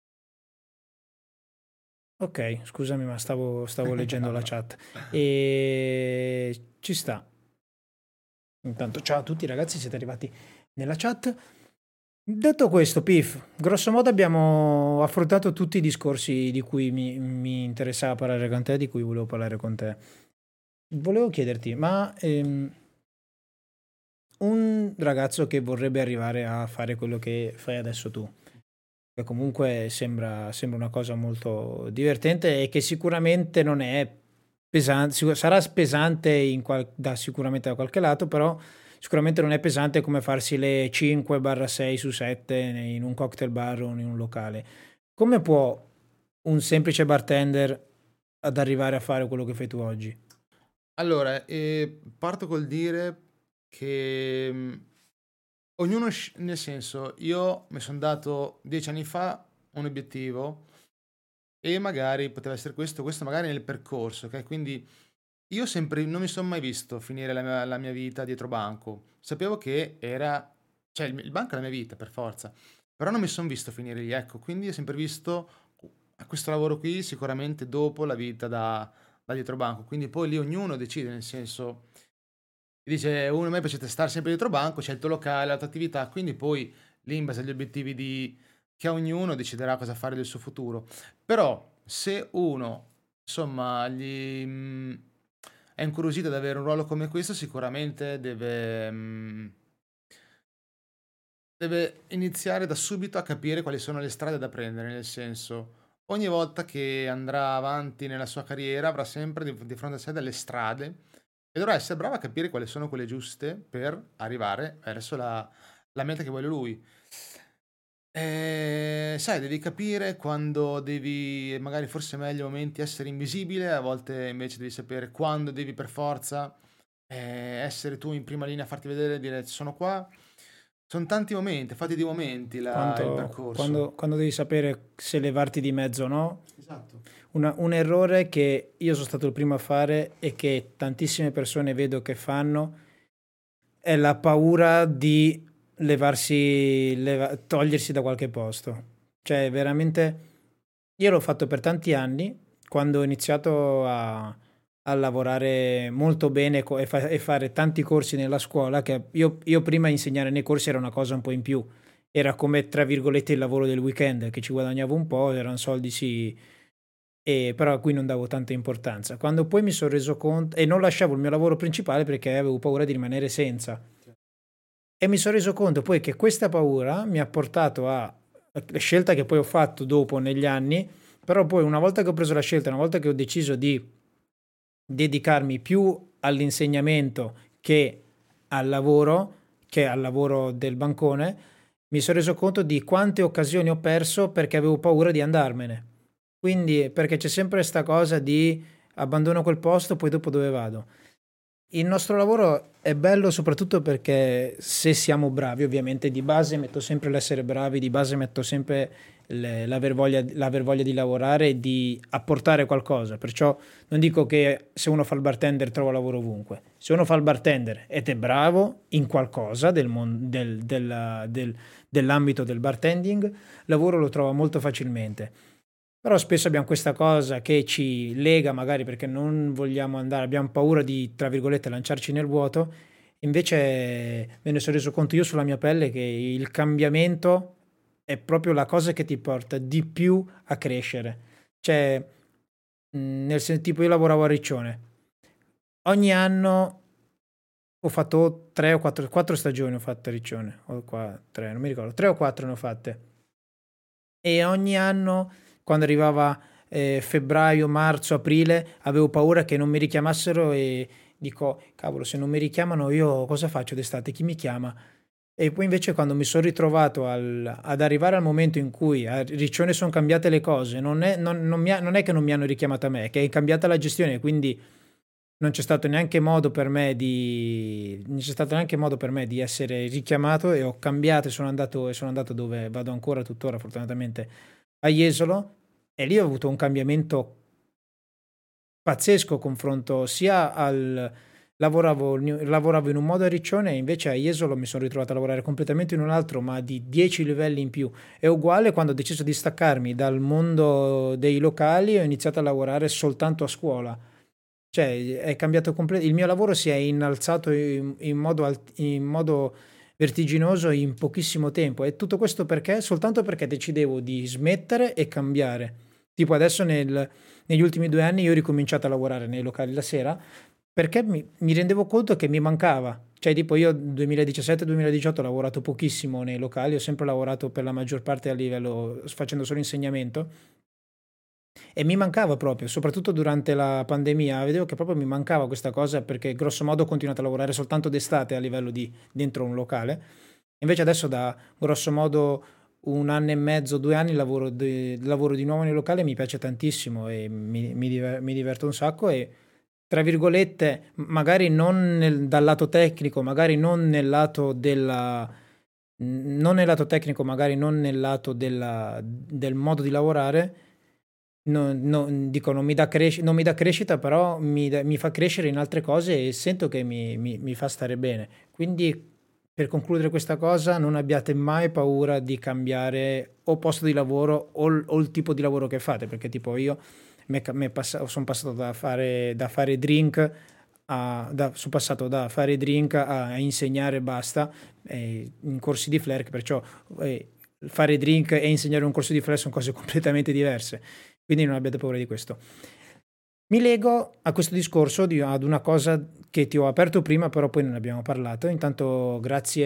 Ok, scusami, ma stavo leggendo No, la no. chat. E ci sta. Intanto, ciao a tutti ragazzi, siete arrivati nella chat. Detto questo, Pif, grosso modo abbiamo affrontato tutti i discorsi di cui mi interessava parlare con te, di cui volevo parlare con te. Volevo chiederti, ma un ragazzo che vorrebbe arrivare a fare quello che fai adesso tu, che comunque sembra una cosa molto divertente e che sicuramente non è pesante, sarà pesante sicuramente da qualche lato, però sicuramente non è pesante come farsi le 5/6 su 7 in un cocktail bar o in un locale. Come può un semplice bartender ad arrivare a fare quello che fai tu oggi? Allora, parto col dire che ognuno, nel senso, io mi sono dato 10 anni fa un obiettivo e magari poteva essere questo magari nel percorso, ok? Quindi io sempre, non mi sono mai visto finire la mia vita dietro banco. Sapevo che era, cioè il banco è la mia vita per forza, però non mi sono visto finire lì, ecco. Quindi ho sempre visto questo lavoro qui sicuramente dopo la vita da dietro banco. Quindi poi lì ognuno decide, nel senso, dice uno a me piace stare sempre dietro banco, c'è il tuo locale, la tua attività, quindi poi lì in base agli obiettivi che ha ognuno deciderà cosa fare del suo futuro. Però se uno, insomma, è incuriosito ad avere un ruolo come questo, sicuramente deve iniziare da subito a capire quali sono le strade da prendere, nel senso, ogni volta che andrà avanti nella sua carriera avrà sempre di fronte a sé delle strade e dovrà essere bravo a capire quali sono quelle giuste per arrivare verso la meta che vuole lui. Sai, devi capire quando devi, magari forse è meglio a momenti essere invisibile, a volte invece devi sapere quando devi per forza essere tu in prima linea, a farti vedere e dire sono qua. Sono tanti momenti, fatti di momenti il percorso. Quando devi sapere se levarti di mezzo o no. Esatto. Un errore che io sono stato il primo a fare e che tantissime persone vedo che fanno è la paura di togliersi da qualche posto. Cioè, veramente, io l'ho fatto per tanti anni, quando ho iniziato a lavorare molto bene e fare tanti corsi nella scuola, che io prima insegnare nei corsi era una cosa un po' in più, era come, tra virgolette, il lavoro del weekend, che ci guadagnavo un po', erano soldi sì, però a cui non davo tanta importanza. Quando poi mi sono reso conto, e non lasciavo il mio lavoro principale perché avevo paura di rimanere senza. E mi sono reso conto poi che questa paura mi ha portato a la scelta che poi ho fatto dopo negli anni, però poi una volta che ho preso la scelta, una volta che ho deciso di dedicarmi più all'insegnamento che al lavoro del bancone, mi sono reso conto di quante occasioni ho perso perché avevo paura di andarmene. Quindi, perché c'è sempre questa cosa di abbandono quel posto, poi dopo dove vado? il nostro lavoro è bello soprattutto perché se siamo bravi, ovviamente di base metto sempre l'essere bravi, di base metto sempre l'aver voglia di lavorare e di apportare qualcosa. Perciò non dico che se uno fa il bartender trova lavoro ovunque. Se uno fa il bartender ed è bravo in qualcosa dell'ambito del bartending, lavoro lo trova molto facilmente. Però spesso abbiamo questa cosa che ci lega magari perché non vogliamo andare, abbiamo paura di, tra virgolette, lanciarci nel vuoto. Invece me ne sono reso conto io sulla mia pelle che il cambiamento è proprio la cosa che ti porta di più a crescere. Cioè, nel senso, tipo io lavoravo a Riccione. Ogni anno ho fatto 3 o 4 stagioni ho fatto a Riccione, o qua, 3, non mi ricordo, 3 o 4 ne ho fatte. E ogni anno, quando arrivava febbraio, marzo, aprile, avevo paura che non mi richiamassero e dico, cavolo, se non mi richiamano io cosa faccio d'estate? Chi mi chiama? E poi invece quando mi sono ritrovato ad arrivare al momento in cui a Riccione sono cambiate le cose, non è che non mi hanno richiamato a me, è che è cambiata la gestione, quindi non c'è stato neanche modo per me non c'è stato neanche modo per me di essere richiamato e ho cambiato e sono andato dove vado ancora tuttora, fortunatamente, a Jesolo, e lì ho avuto un cambiamento pazzesco confronto sia al lavoravo in un modo a Riccione e invece a Jesolo mi sono ritrovato a lavorare completamente in un altro, ma di 10 livelli in più. È uguale quando ho deciso di staccarmi dal mondo dei locali e ho iniziato a lavorare soltanto a scuola. Cioè, è cambiato completamente. Il mio lavoro si è innalzato in modo vertiginoso in pochissimo tempo. E tutto questo perché? Soltanto perché decidevo di smettere e cambiare. Tipo adesso negli ultimi 2 anni io ho ricominciato a lavorare nei locali la sera perché mi rendevo conto che mi mancava. Cioè, tipo io 2017-2018 ho lavorato pochissimo nei locali, ho sempre lavorato per la maggior parte a livello, facendo solo insegnamento e mi mancava proprio, soprattutto durante la pandemia, vedevo che proprio mi mancava questa cosa perché grosso modo ho continuato a lavorare soltanto d'estate a livello di dentro un locale. Invece adesso da grosso modo 1 anno e mezzo, 2 anni lavoro di nuovo nel locale e mi piace tantissimo e mi diverto un sacco e tra virgolette, magari non dal lato tecnico, magari non nel lato non nel lato tecnico, magari non nel lato del modo di lavorare, dico, non mi dà crescita, però mi fa crescere in altre cose e sento che mi fa stare bene. Quindi, per concludere questa cosa, non abbiate mai paura di cambiare o posto di lavoro o il tipo di lavoro che fate, perché tipo io sono passato da fare drink sono passato da fare drink a insegnare e basta in corsi di flair, perciò fare drink e insegnare un corso di flair sono cose completamente diverse. Quindi non abbiate paura di questo. Mi lego a questo discorso ad una cosa che ti ho aperto prima, però poi non abbiamo parlato. Intanto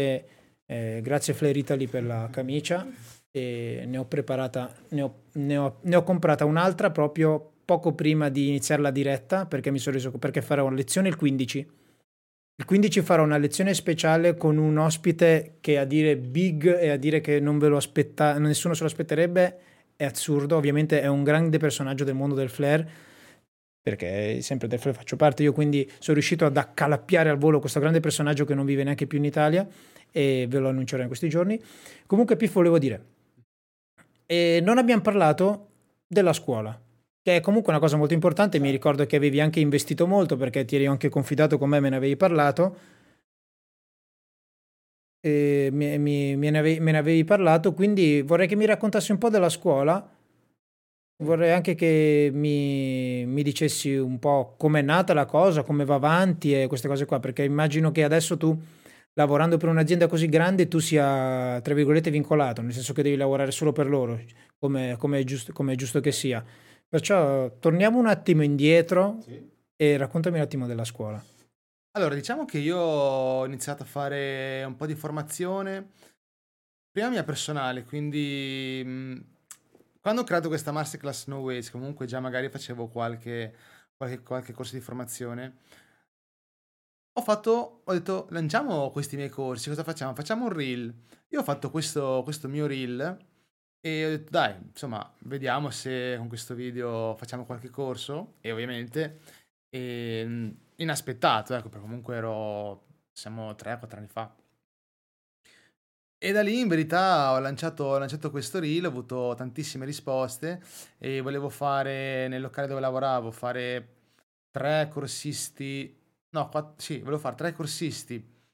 grazie Flair Italy per la camicia. E ne ho preparata, ne ho comprata un'altra proprio poco prima di iniziare la diretta perché mi sono reso perché farò una lezione il 15. Il 15 farò una lezione speciale con un ospite che a dire big e a dire che non ve lo aspetta, nessuno se lo aspetterebbe è assurdo. Ovviamente è un grande personaggio del mondo del flair, perché sempre del flair faccio parte io, quindi sono riuscito ad accalappiare al volo questo grande personaggio che non vive neanche più in Italia e ve lo annuncerò in questi giorni. Comunque Piff volevo dire, non abbiamo parlato della scuola, che è comunque una cosa molto importante. Mi ricordo che avevi anche investito molto perché ti eri anche confidato con me ne avevi parlato. Me ne avevi parlato, quindi vorrei che mi raccontassi un po' della scuola. Vorrei anche che mi dicessi un po' com'è nata la cosa, come va avanti e queste cose qua, perché immagino che adesso tu, lavorando per un'azienda così grande, tu sia, tra virgolette, vincolato, nel senso che devi lavorare solo per loro, come è giusto che sia. Perciò torniamo un attimo indietro Sì. e raccontami un attimo della scuola. Allora, diciamo che io ho iniziato a fare un po' di formazione, prima mia personale, quindi quando ho creato questa masterclass No Waste, comunque già magari facevo qualche corso di formazione, ho detto, lanciamo questi miei corsi, cosa facciamo? Facciamo un reel. Io ho fatto questo mio reel e ho detto, dai, insomma, vediamo se con questo video facciamo qualche corso e ovviamente inaspettato, ecco, perché comunque siamo 3-4 anni fa. E da lì in verità ho lanciato questo reel, ho avuto tantissime risposte e volevo fare nel locale dove lavoravo, fare 3 corsisti, no, sì, volevo fare 3 corsisti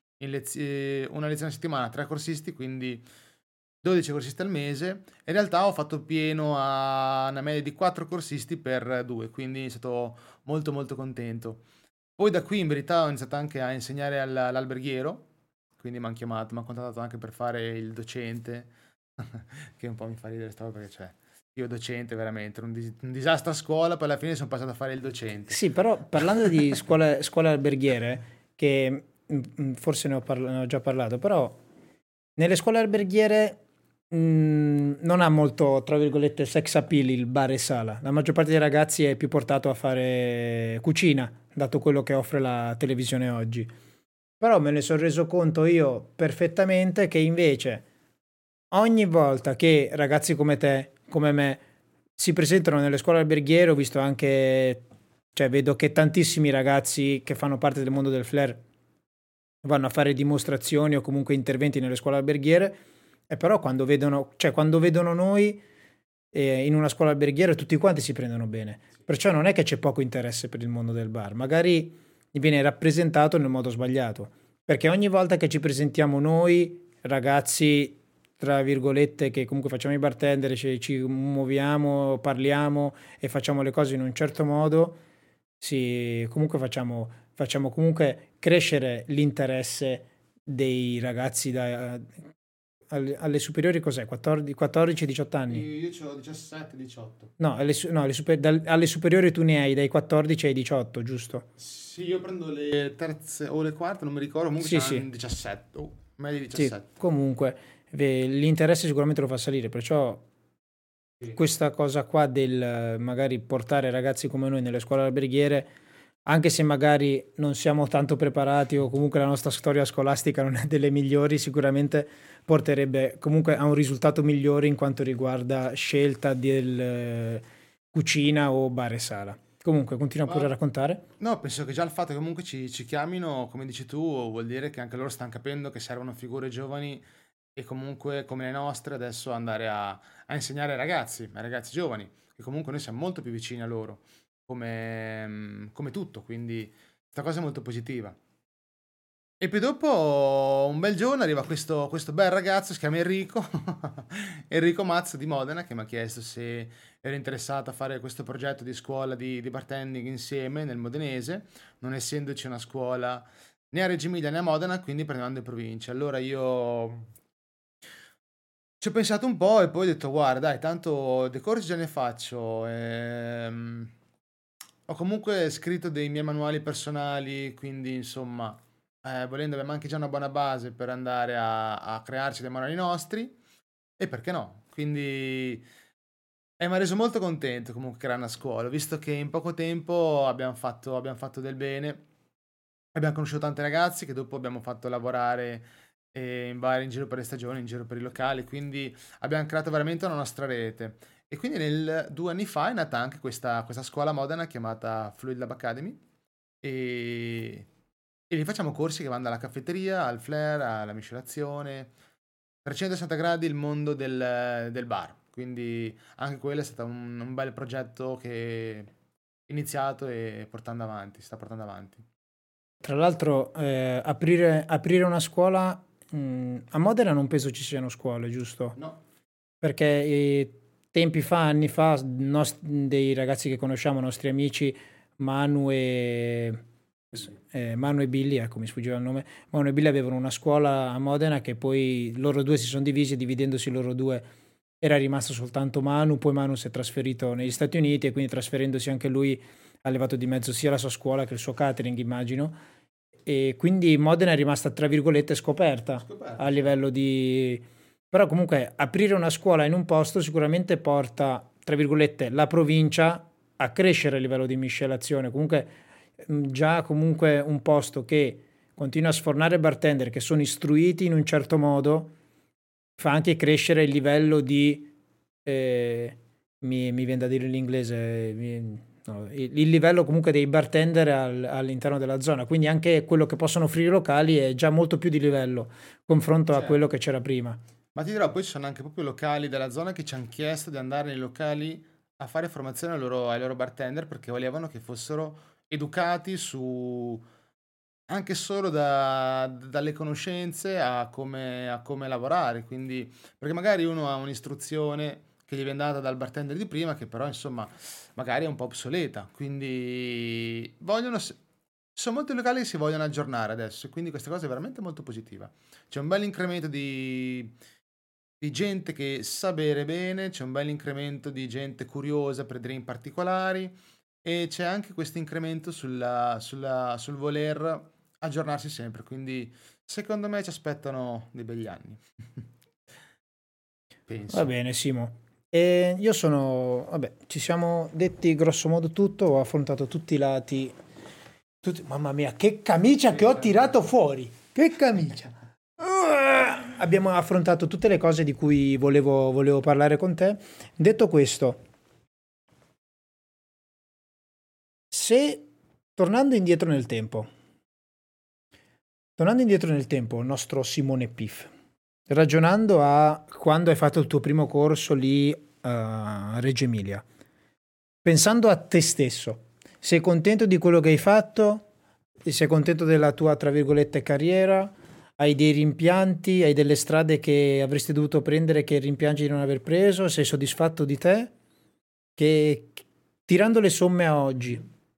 una lezione a settimana, 3 corsisti, quindi 12 corsisti al mese. In realtà ho fatto pieno a una media di 4 corsisti per 2, quindi sono stato molto molto contento. Poi da qui in verità ho iniziato anche a insegnare all'alberghiero, quindi mi hanno chiamato, mi hanno contattato anche per fare il docente, che un po' mi fa ridere sta cosa perché cioè, io docente veramente, un disastro a scuola, poi alla fine sono passato a fare il docente. Sì, però parlando di scuole alberghiere, che forse ne ho già parlato, però nelle scuole alberghiere non ha molto, tra virgolette, sex appeal il bar e sala. La maggior parte dei ragazzi è più portato a fare cucina, dato quello che offre la televisione oggi. Però me ne sono reso conto io perfettamente che invece ogni volta che ragazzi come te, come me, si presentano nelle scuole alberghiere, ho visto anche, cioè vedo che tantissimi ragazzi che fanno parte del mondo del flair vanno a fare dimostrazioni o comunque interventi nelle scuole alberghiere, e però quando vedono noi in una scuola alberghiera tutti quanti si prendono bene. Perciò non è che c'è poco interesse per il mondo del bar, magari viene rappresentato nel modo sbagliato, perché ogni volta che ci presentiamo noi, ragazzi, tra virgolette, che comunque facciamo i bartender, ci muoviamo, parliamo e facciamo le cose in un certo modo, sì, comunque facciamo comunque crescere l'interesse dei ragazzi alle superiori cos'è? 14-18 anni? Io ho 17-18. No, alle superiori tu ne hai dai 14 ai 18, giusto? Sì, io prendo le terze o le quarte, non mi ricordo, comunque Sì, sì, c'hanno 17, meglio di sì, 17. comunque l'interesse sicuramente lo fa salire, perciò Sì. questa cosa qua del magari portare ragazzi come noi nelle scuole alberghiere, anche se magari non siamo tanto preparati o comunque la nostra storia scolastica non è delle migliori, sicuramente porterebbe comunque a un risultato migliore in quanto riguarda scelta del cucina o bar e sala. Comunque, continua pure a Ma raccontare. no, penso che già il fatto che comunque ci chiamino, come dici tu, vuol dire che anche loro stanno capendo che servono figure giovani e comunque come le nostre adesso andare a insegnare ai ragazzi giovani, che comunque noi siamo molto più vicini a loro, come tutto, quindi questa cosa è molto positiva. E poi dopo, un bel giorno, arriva questo bel ragazzo, si chiama Enrico, Enrico Mazzo di Modena, che mi ha chiesto se ero interessato a fare questo progetto di scuola di bartending insieme nel modenese, non essendoci una scuola né a Reggio Emilia né a Modena, quindi prendevamo le province. Allora io ci ho pensato un po' e poi ho detto, guarda, dai, tanto dei corsi già ne faccio. Ho comunque scritto dei miei manuali personali, quindi insomma, volendo abbiamo anche già una buona base per andare a crearci dei manuali nostri, e perché no? Quindi mi ha reso molto contento comunque creare una scuola, visto che in poco tempo abbiamo fatto del bene, abbiamo conosciuto tanti ragazzi che dopo abbiamo fatto lavorare in giro per le stagioni, in giro per i locali, quindi abbiamo creato veramente una nostra rete. E quindi 2 anni fa è nata anche questa scuola a Modena chiamata Fluid Lab Academy e, e lì facciamo corsi che vanno dalla caffetteria al flair, alla miscelazione, 360 gradi il mondo del bar. Quindi anche quello è stato un bel progetto che è iniziato e portando avanti, si sta portando avanti. Tra l'altro, aprire una scuola a Modena non penso ci siano scuole, giusto? No. Perché tempi fa, anni fa, dei ragazzi che conosciamo, nostri amici, Manu e, Manu e Billy, ecco mi sfuggiva il nome, Manu e Billy avevano una scuola a Modena che poi loro due si sono divisi e dividendosi loro due era rimasto soltanto Manu, poi Manu si è trasferito negli Stati Uniti e quindi trasferendosi anche lui ha levato di mezzo sia la sua scuola che il suo catering, immagino, e quindi Modena è rimasta tra virgolette scoperta a Scoperto, sì. livello di... Però comunque aprire una scuola in un posto sicuramente porta, tra virgolette, la provincia a crescere a livello di miscelazione. Comunque già comunque un posto che continua a sfornare bartender che sono istruiti in un certo modo fa anche crescere il livello di... mi viene da dire in inglese, no, il livello comunque dei bartender all'interno della zona, quindi anche quello che possono offrire i locali è già molto più di livello confronto a quello Certo. che c'era prima. Ma ti dirò, poi ci sono anche proprio locali della zona che ci hanno chiesto di andare nei locali a fare formazione ai loro bartender perché volevano che fossero educati su anche solo dalle conoscenze a come lavorare. Quindi, perché magari uno ha un'istruzione che gli viene data dal bartender di prima, che però insomma magari è un po' obsoleta. Quindi ci sono molti locali che si vogliono aggiornare adesso, e quindi questa cosa è veramente molto positiva. C'è un bel incremento di gente che sa bere bene, c'è un bel incremento di gente curiosa per drink particolari e c'è anche questo incremento sul voler aggiornarsi sempre, quindi secondo me ci aspettano dei begli anni. Va Penso. bene, Simo. E io sono, vabbè, ci siamo detti grosso modo tutto, ho affrontato tutti i lati. Mamma mia, che camicia che ho tirato fuori! Che camicia! Abbiamo affrontato tutte le cose di cui volevo parlare con te. Detto questo, se tornando indietro nel tempo, il nostro Simone Piff, ragionando a quando hai fatto il tuo primo corso lì a Reggio Emilia, pensando a te stesso, sei contento di quello che hai fatto? Sei contento della tua, tra virgolette, carriera? Hai dei rimpianti? Hai delle strade che avresti dovuto prendere che rimpiangi di non aver preso? Sei soddisfatto di te? Tirando le somme a oggi,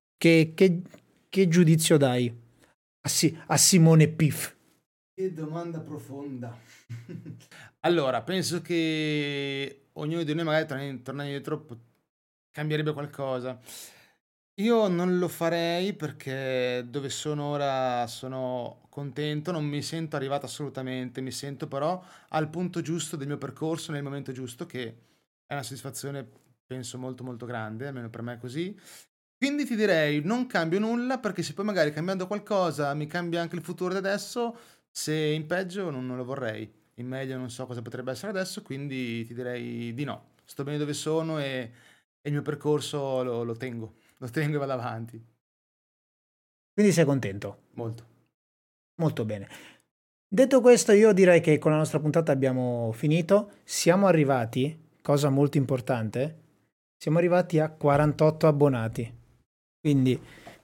che giudizio dai a Simone Piff? Che domanda profonda. Allora, penso che ognuno di noi magari tornando indietro cambierebbe qualcosa. Io non lo farei perché dove sono ora sono contento, non mi sento arrivato assolutamente, mi sento però al punto giusto del mio percorso, nel momento giusto, che è una soddisfazione, penso, molto molto grande, almeno per me è così. Quindi ti direi, non cambio nulla perché se poi magari cambiando qualcosa mi cambia anche il futuro di adesso, se in peggio non lo vorrei, in meglio non so cosa potrebbe essere adesso, quindi ti direi di no. Sto bene dove sono e il mio percorso lo tengo e vado avanti. Quindi sei contento? Molto. Molto bene. Detto questo, io direi che con la nostra puntata abbiamo finito. Siamo arrivati, cosa molto importante, siamo arrivati a 48 abbonati. Quindi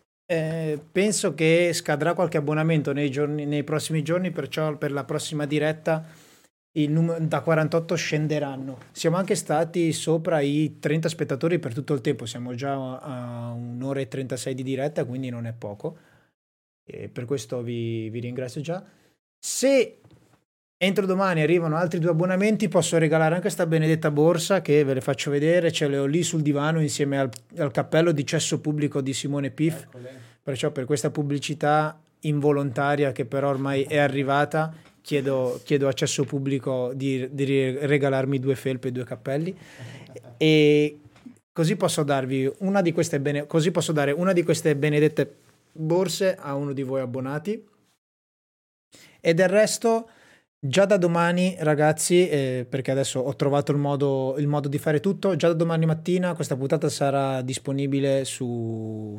penso che scadrà qualche abbonamento nei prossimi giorni, perciò per la prossima diretta da 48 scenderanno. Siamo anche stati sopra i 30 spettatori per tutto il tempo, siamo già a 1 ora e 36 di diretta, quindi non è poco. E per questo vi ringrazio già. Se entro domani arrivano altri 2 abbonamenti, posso regalare anche questa benedetta borsa che ve le faccio vedere, ce le ho lì sul divano insieme al cappello di cesso pubblico di Simone Piff. Perciò per questa pubblicità involontaria che però ormai è arrivata, chiedo accesso pubblico di regalarmi 2 felpe e 2 cappelli, e così posso darvi così posso dare una di queste benedette borse a uno di voi abbonati. E del resto già da domani, ragazzi, perché adesso ho trovato il modo di fare tutto, già da domani mattina questa puntata sarà disponibile su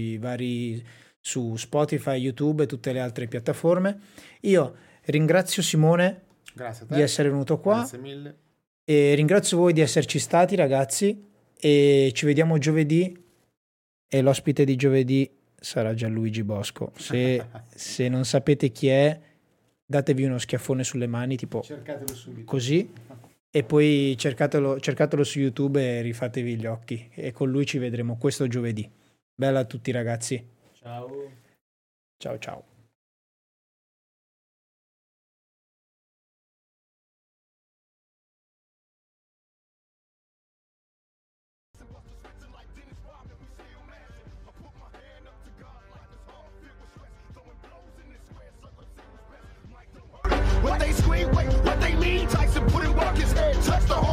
Spotify, YouTube e tutte le altre piattaforme. Io ringrazio Simone Grazie a te. di essere venuto qua. Grazie mille. E ringrazio voi di esserci stati, ragazzi, e ci vediamo giovedì, e l'ospite di giovedì sarà Gianluigi Bosco. Se non sapete chi è, datevi uno schiaffone sulle mani, tipo Cercatelo subito. così, e poi cercatelo su YouTube e rifatevi gli occhi, e con lui ci vedremo questo giovedì. Bella a tutti, ragazzi. Ciao. Ciao ciao. What they scream, wait, what they mean? Tyson put him walk his head, touch the